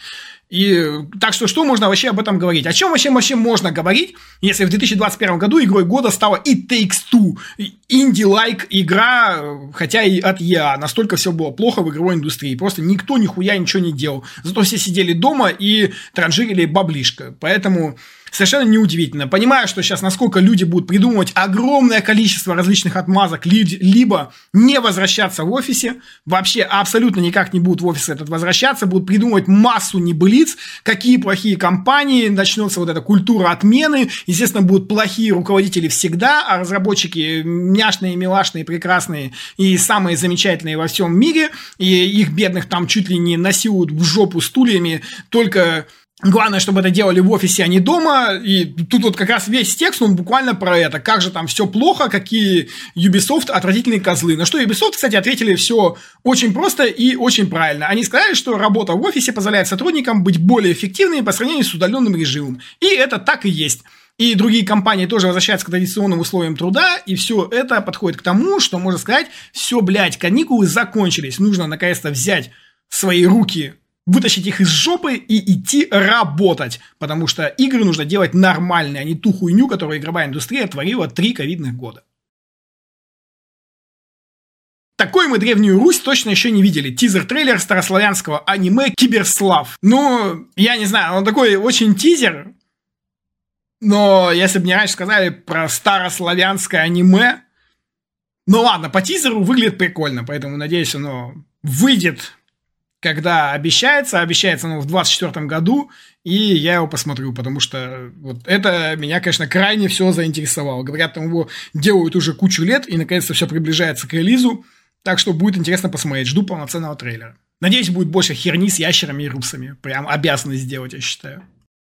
И так что можно вообще об этом говорить? О чем вообще можно говорить, если в 2021 году игрой года стала It Takes Two, инди-лайк игра, хотя и от EA, настолько все было плохо в игровой индустрии, просто никто нихуя ничего не делал, зато все сидели дома и транжирили баблишко, поэтому совершенно неудивительно. Понимаю, что сейчас насколько люди будут придумывать огромное количество различных отмазок, либо не возвращаться в офисе, вообще абсолютно никак не будут в офис этот возвращаться, будут придумывать массу небылиц, какие плохие компании, начнется вот эта культура отмены, естественно, будут плохие руководители всегда, а разработчики няшные, милашные, прекрасные и самые замечательные во всем мире, и их бедных там чуть ли не насилуют в жопу стульями, только... Главное, чтобы это делали в офисе, а не дома. И тут вот как раз весь текст, он буквально про это. Как же там все плохо, какие Ubisoft отвратительные козлы. На что Ubisoft, кстати, ответили все очень просто и очень правильно. Они сказали, что работа в офисе позволяет сотрудникам быть более эффективными по сравнению с удаленным режимом. И это так и есть. И другие компании тоже возвращаются к традиционным условиям труда, и все это подходит к тому, что, можно сказать, все, блядь, каникулы закончились. Нужно наконец-то взять свои руки, вытащить их из жопы и идти работать, потому что игры нужно делать нормальные, а не ту хуйню, которую игровая индустрия творила 3 ковидных года. Такой мы Древнюю Русь точно еще не видели. Тизер-трейлер старославянского аниме «Киберслав». Ну, я не знаю, он такой очень тизер, но если бы мне раньше сказали про старославянское аниме, ну ладно, по тизеру выглядит прикольно, поэтому надеюсь, оно выйдет, когда обещается оно в 2024 году, и я его посмотрю, потому что вот это меня, конечно, крайне все заинтересовало. Говорят, там его делают уже кучу лет, и наконец-то все приближается к релизу, так что будет интересно посмотреть. Жду полноценного трейлера. Надеюсь, будет больше херни с ящерами и русами. Прям обязаны сделать, я считаю.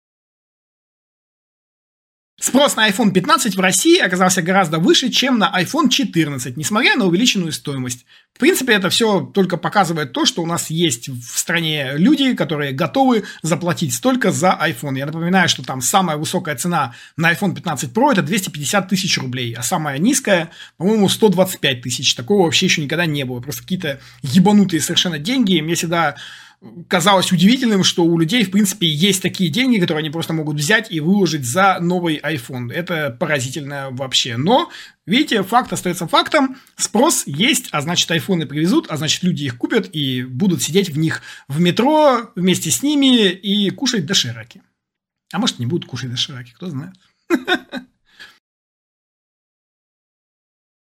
Спрос на iPhone 15 в России оказался гораздо выше, чем на iPhone 14, несмотря на увеличенную стоимость. В принципе, это все только показывает то, что у нас есть в стране люди, которые готовы заплатить столько за iPhone. Я напоминаю, что там самая высокая цена на iPhone 15 Pro – это 250 тысяч рублей, а самая низкая, по-моему, 125 тысяч. Такого вообще еще никогда не было. Просто какие-то ебанутые совершенно деньги. Мне всегда казалось удивительным, что у людей, в принципе, есть такие деньги, которые они просто могут взять и выложить за новый iPhone. Это поразительно вообще. Но, видите, факт остается фактом. Спрос есть, а значит, айфоны привезут, а значит, люди их купят и будут сидеть в них в метро вместе с ними и кушать дошираки. А может, не будут кушать дошираки, кто знает.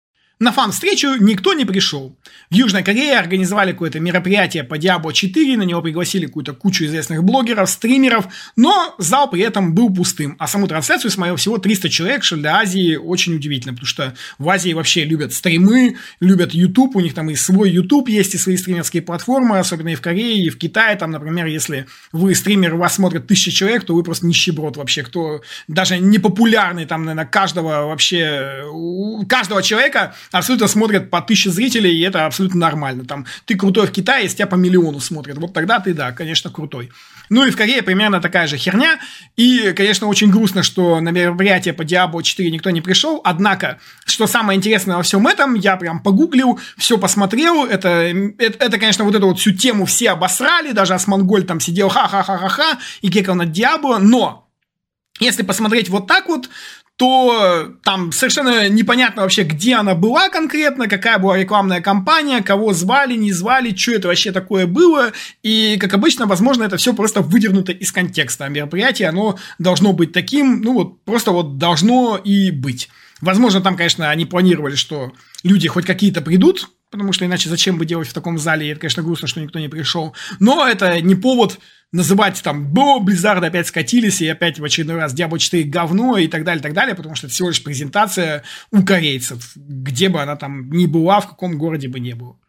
На фан-встречу никто не пришел. В Южной Корее организовали какое-то мероприятие по Diablo 4, на него пригласили какую-то кучу известных блогеров, стримеров, но зал при этом был пустым, а саму трансляцию смотрел всего 300 человек, что для Азии очень удивительно, потому что в Азии вообще любят стримы, любят YouTube, у них там и свой YouTube есть, и свои стримерские платформы, особенно и в Корее, и в Китае, там, например, если вы стример, вас смотрят 1000 человек, то вы просто нищеброд вообще, кто даже не популярный, там, наверное, каждого человека абсолютно смотрят по 1000 зрителей, и это абсолютно нормально. Там, ты крутой в Китае, если тебя по миллиону смотрят. Вот тогда ты, да, конечно, крутой. Ну и в Корее примерно такая же херня. И, конечно, очень грустно, что на мероприятие по Diablo 4 никто не пришел. Однако, что самое интересное во всем этом, я прям погуглил, все посмотрел. Это, конечно, вот эту вот всю тему все обосрали. Даже Асмонголь там сидел ха-ха-ха-ха-ха и кекал над Diablo. Но, если посмотреть вот так вот, то там совершенно непонятно вообще, где она была конкретно, какая была рекламная кампания, кого звали, не звали, что это вообще такое было. И, как обычно, возможно, это все просто выдернуто из контекста. Мероприятие, оно должно быть таким, ну вот, просто вот должно и быть. Возможно, там, конечно, они планировали, что люди хоть какие-то придут, потому что иначе зачем бы делать в таком зале, и это, конечно, грустно, что никто не пришел. Но это не повод называть там, Blizzard опять скатились, и опять в очередной раз Diablo 4 говно, и так далее, потому что это всего лишь презентация у корейцев, где бы она там ни была, в каком городе бы не было.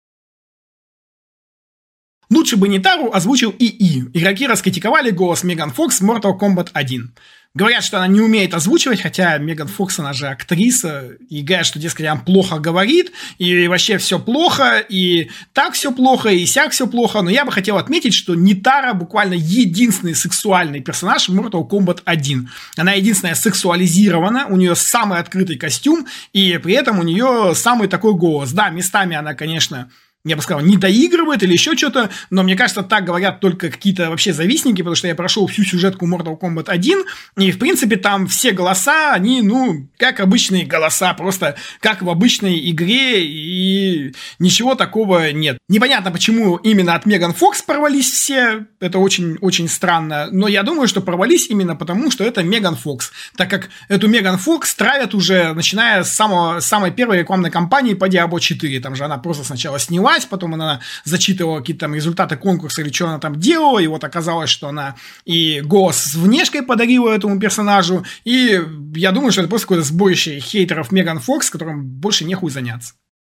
Лучше бы Нитару озвучил ИИ. Игроки раскритиковали голос Меган Фокс в Mortal Kombat 1. Говорят, что она не умеет озвучивать, хотя Меган Фокс, она же актриса, и говорят, что, дескать, она плохо говорит, и вообще все плохо, и так все плохо, и сяк все плохо. Но я бы хотел отметить, что Нитара буквально единственный сексуальный персонаж в Mortal Kombat 1. Она единственная сексуализирована, у нее самый открытый костюм, и при этом у нее самый такой голос. Да, местами она, конечно, я бы сказал, не доигрывает или еще что-то, но мне кажется, так говорят только какие-то вообще завистники, потому что я прошел всю сюжетку Mortal Kombat 1, и, в принципе, там все голоса, они, ну, как обычные голоса, просто как в обычной игре, и ничего такого нет. Непонятно, почему именно от Меган Фокс порвались все, это очень-очень странно, но я думаю, что порвались именно потому, что это Меган Фокс, так как эту Меган Фокс травят уже, начиная с самой первой рекламной кампании по Diablo 4, там же она просто сначала снялась, потом она зачитывала какие-то там результаты конкурса или что она там делала, и вот оказалось, что она и голос с внешкой подарила этому персонажу, и я думаю, что это просто какое-то сборище хейтеров Меган Фокс, которым больше нехуй заняться.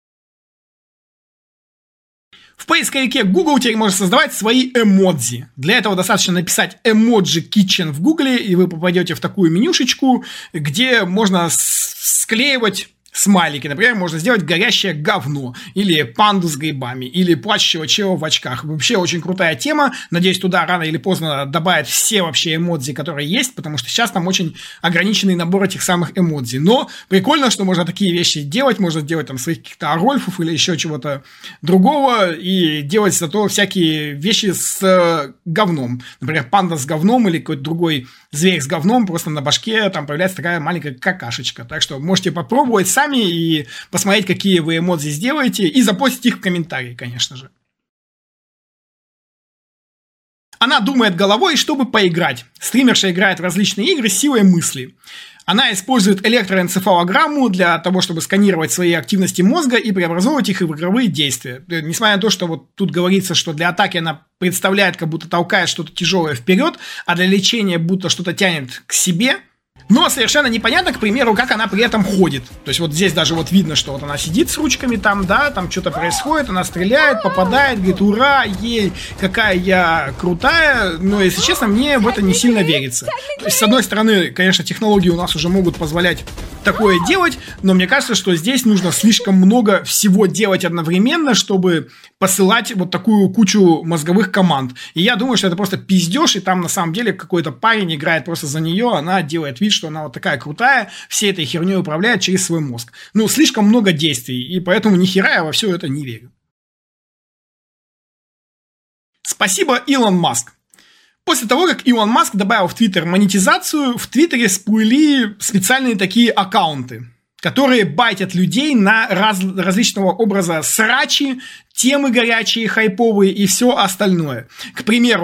В поисковике Google теперь можно создавать свои эмодзи. Для этого достаточно написать emoji kitchen в Google, и вы попадете в такую менюшечку, где можно склеивать смайлики. Например, можно сделать горящее говно, или панду с грибами, или плачущего чела в очках. Вообще очень крутая тема. Надеюсь, туда рано или поздно добавят все вообще эмодзи, которые есть, потому что сейчас там очень ограниченный набор этих самых эмодзи. Но прикольно, что можно такие вещи делать. Можно делать там своих каких-то арольфов или еще чего-то другого, и делать зато всякие вещи с говном. Например, панда с говном или какой-то другой зверь с говном, просто на башке там появляется такая маленькая какашечка. Так что можете попробовать сами и посмотреть, какие вы эмодзи сделаете, и запостить их в комментарии, конечно же. Она думает головой, чтобы поиграть. Стримерша играет в различные игры с силой мысли. Она использует электроэнцефалограмму для того, чтобы сканировать свои активности мозга и преобразовывать их в игровые действия. Несмотря на то, что вот тут говорится, что для атаки она представляет, как будто толкает что-то тяжелое вперед, а для лечения будто что-то тянет к себе. Но совершенно непонятно, к примеру, как она при этом ходит. То есть вот здесь даже вот видно, что вот она сидит с ручками там, да, там что-то происходит, она стреляет, попадает, говорит, ура, ей, какая я крутая. Но, если честно, мне в это не сильно верится. То есть, с одной стороны, конечно, технологии у нас уже могут позволять такое делать, но мне кажется, что здесь нужно слишком много всего делать одновременно, чтобы посылать вот такую кучу мозговых команд. И я думаю, что это просто пиздеж, и там на самом деле какой-то парень играет просто за нее, она делает вид, что она вот такая крутая, всей этой херней управляет через свой мозг. Ну, слишком много действий, и поэтому нихера я во все это не верю. Спасибо, Илон Маск. После того, как Илон Маск добавил в Твиттер монетизацию, в Твиттере всплыли специальные такие аккаунты, которые байтят людей на различного образа срачи, темы горячие, хайповые и все остальное. К примеру,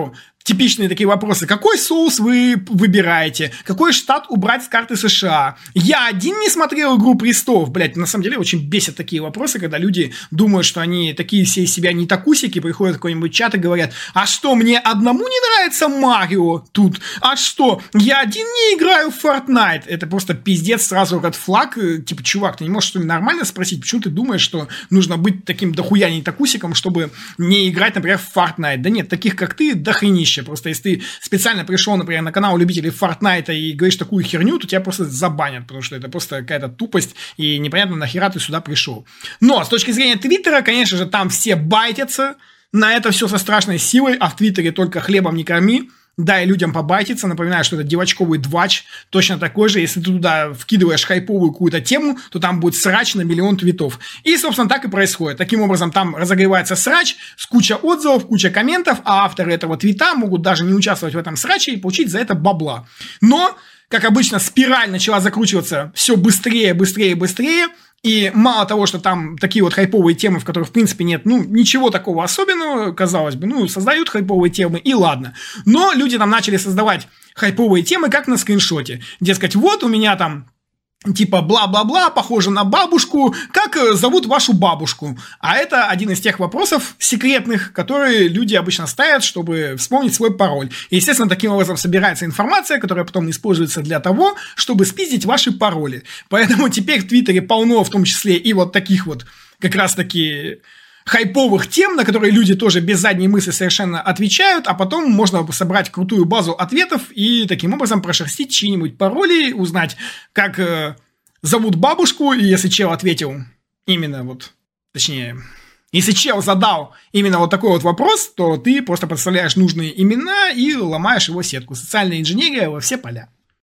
типичные такие вопросы. Какой соус вы выбираете? Какой штат убрать с карты США? Я один не смотрел «Игру престолов». Блядь, на самом деле очень бесят такие вопросы, когда люди думают, что они такие все из себя не такусики, приходят в какой-нибудь чат и говорят: а что, мне одному не нравится Марио тут? А что, я один не играю в Fortnite? Это просто пиздец, сразу как флаг. Типа, чувак, ты не можешь что ли нормально спросить, почему ты думаешь, что нужно быть таким дохуя не такусиком, чтобы не играть, например, в Fortnite? Да нет, таких как ты дохренища. Просто если ты специально пришел, например, на канал любителей Fortnite и говоришь такую херню, то тебя просто забанят, потому что это просто какая-то тупость, и непонятно, нахера ты сюда пришел. Но с точки зрения Твиттера, конечно же, там все байтятся на это все со страшной силой, а в Твиттере только хлебом не корми. Дай людям побайтиться. Напоминаю, что это девочковый двач, точно такой же. Если ты туда вкидываешь хайповую какую-то тему, то там будет срач на миллион твитов. И, собственно, так и происходит. Таким образом, там разогревается срач, с куча отзывов, куча комментов, а авторы этого твита могут даже не участвовать в этом сраче и получить за это бабла. Но, как обычно, спираль начала закручиваться все быстрее, быстрее, быстрее. И мало того, что там такие вот хайповые темы, в которых, в принципе, нет, ничего такого особенного, казалось бы, создают хайповые темы, и ладно. Но люди там начали создавать хайповые темы, как на скриншоте. Дескать, вот у меня там типа бла-бла-бла, похоже на бабушку, как зовут вашу бабушку? А это один из тех вопросов секретных, которые люди обычно ставят, чтобы вспомнить свой пароль. И, естественно, таким образом собирается информация, которая потом используется для того, чтобы спиздить ваши пароли. Поэтому теперь в Твиттере полно, в том числе и вот таких вот как раз-таки хайповых тем, на которые люди тоже без задней мысли совершенно отвечают, а потом можно собрать крутую базу ответов и таким образом прошерстить чьи-нибудь пароли, узнать, как зовут бабушку, и если чел ответил именно вот, точнее, если чел задал именно вот такой вот вопрос, то ты просто подставляешь нужные имена и ломаешь его сетку. Социальная инженерия во все поля.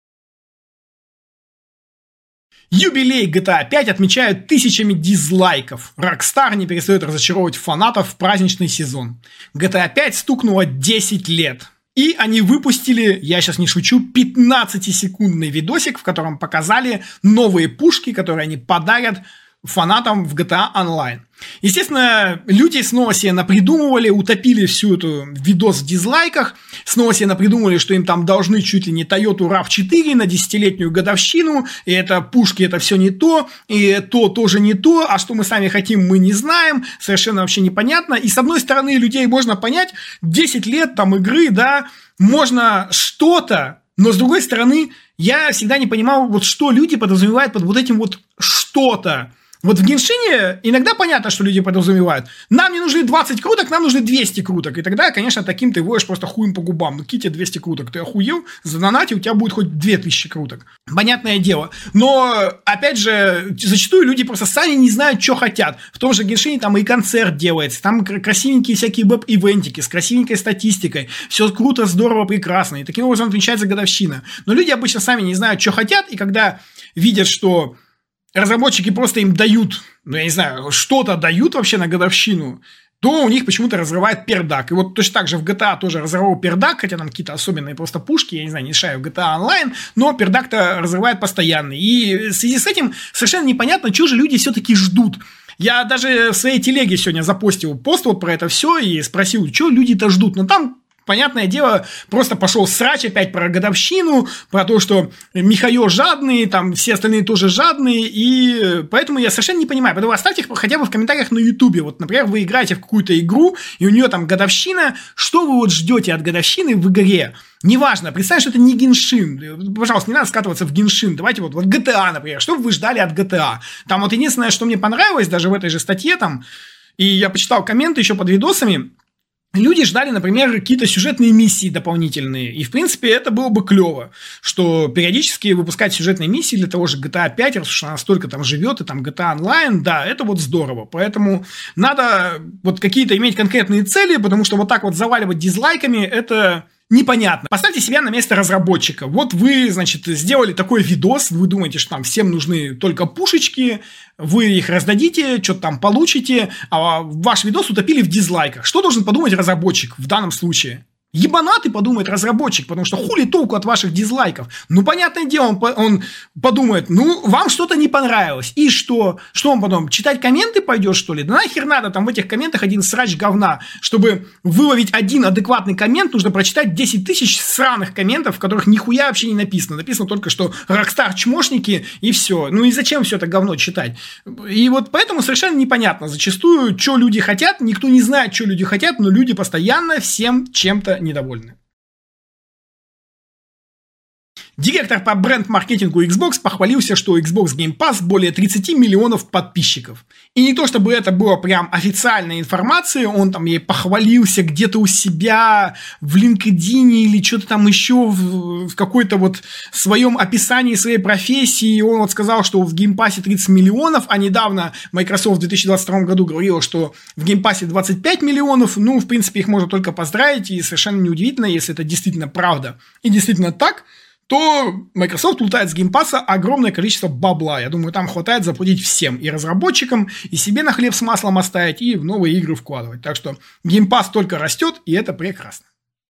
Юбилей GTA 5 отмечают тысячами дизлайков. Rockstar не перестает разочаровывать фанатов в праздничный сезон. GTA 5 стукнуло 10 лет. И они выпустили, я сейчас не шучу, 15-секундный видосик, в котором показали новые пушки, которые они подарят фанатам в GTA Online. Естественно, люди снова себе напридумывали, утопили всю эту видос в дизлайках, снова себе напридумывали, что им там должны чуть ли не Toyota RAV4 на 10-летнюю годовщину, и это пушки, это все не то, и то тоже не то, а что мы сами хотим, мы не знаем, совершенно вообще непонятно. И с одной стороны, людей можно понять, 10 лет там игры, да, можно что-то, но с другой стороны, я всегда не понимал, вот что люди подразумевают под вот этим вот что-то. Вот в Геншине иногда понятно, что люди подразумевают. Нам не нужны 20 круток, нам нужны 200 круток. И тогда, конечно, таким ты водишь просто хуем по губам. Ну, какие тебе 200 круток? Ты охуел? За донате у тебя будет хоть 2000 круток. Понятное дело. Но, опять же, зачастую люди просто сами не знают, что хотят. В том же Геншине там и концерт делается. Там красивенькие всякие веб-ивентики с красивенькой статистикой. Все круто, здорово, прекрасно. И таким образом отмечается годовщина. Но люди обычно сами не знают, что хотят. И когда видят, что разработчики просто им дают, ну, я не знаю, что-то дают вообще на годовщину, то у них почему-то разрывает пердак. И вот точно так же в GTA тоже разорвал пердак, хотя там какие-то особенные просто пушки, я не знаю, не шаю в GTA Online, но пердак-то разрывает постоянно. И в связи с этим совершенно непонятно, что же люди все-таки ждут. Я даже в своей телеге сегодня запостил пост вот про это все и спросил, что люди-то ждут. Но там, понятное дело, просто пошел срач опять про годовщину, про то, что Михаил жадный, там все остальные тоже жадные, и поэтому я совершенно не понимаю. Поэтому оставьте хотя бы в комментариях на Ютубе. Вот, например, вы играете в какую-то игру, и у нее там годовщина, что вы вот ждете от годовщины в игре? Неважно, представь, что это не Геншин. Пожалуйста, не надо скатываться в Геншин. Давайте вот GTA, например. Что вы ждали от GTA? Там вот единственное, что мне понравилось, даже в этой же статье, там, и я почитал комменты еще под видосами, люди ждали, например, какие-то сюжетные миссии дополнительные. И, в принципе, это было бы клево, что периодически выпускать сюжетные миссии для того же GTA 5, раз уж она столько там живет, и там GTA Online, да, это вот здорово. Поэтому надо вот какие-то иметь конкретные цели, потому что вот так вот заваливать дизлайками, это непонятно. Поставьте себя на место разработчика. Вот вы, значит, сделали такой видос, вы думаете, что там всем нужны только пушечки, вы их раздадите, что-то там получите, а ваш видос утопили в дизлайках. Что должен подумать разработчик в данном случае? Ебанатый, подумает разработчик, потому что хули толку от ваших дизлайков? Ну, понятное дело, он подумает, ну, вам что-то не понравилось. И что? Что он потом? Читать комменты пойдет, что ли? Да нахер надо, там в этих комментах один срач говна. Чтобы выловить один адекватный коммент, нужно прочитать 10 тысяч сраных комментов, в которых нихуя вообще не написано. Написано только, что Rockstar чмошники, и все. Ну, и зачем все это говно читать? И вот поэтому совершенно непонятно. Зачастую, что люди хотят, никто не знает, что люди хотят, но люди постоянно всем чем-то недовольны. Директор по бренд-маркетингу Xbox похвалился, что у Xbox Game Pass более 30 миллионов подписчиков. И не то, чтобы это было прям официальной информацией, он там ей похвалился где-то у себя в LinkedIn или что-то там еще в какой-то вот своем описании своей профессии. Он вот сказал, что в Game Pass 30 миллионов, а недавно Microsoft в 2022 году говорила, что в Game Pass 25 миллионов. Ну, в принципе, их можно только поздравить, и совершенно неудивительно, если это действительно правда и действительно так, то Microsoft лутает с геймпасса огромное количество бабла. Я думаю, там хватает заплатить всем, и разработчикам, и себе на хлеб с маслом оставить, и в новые игры вкладывать. Так что геймпасс только растет, и это прекрасно.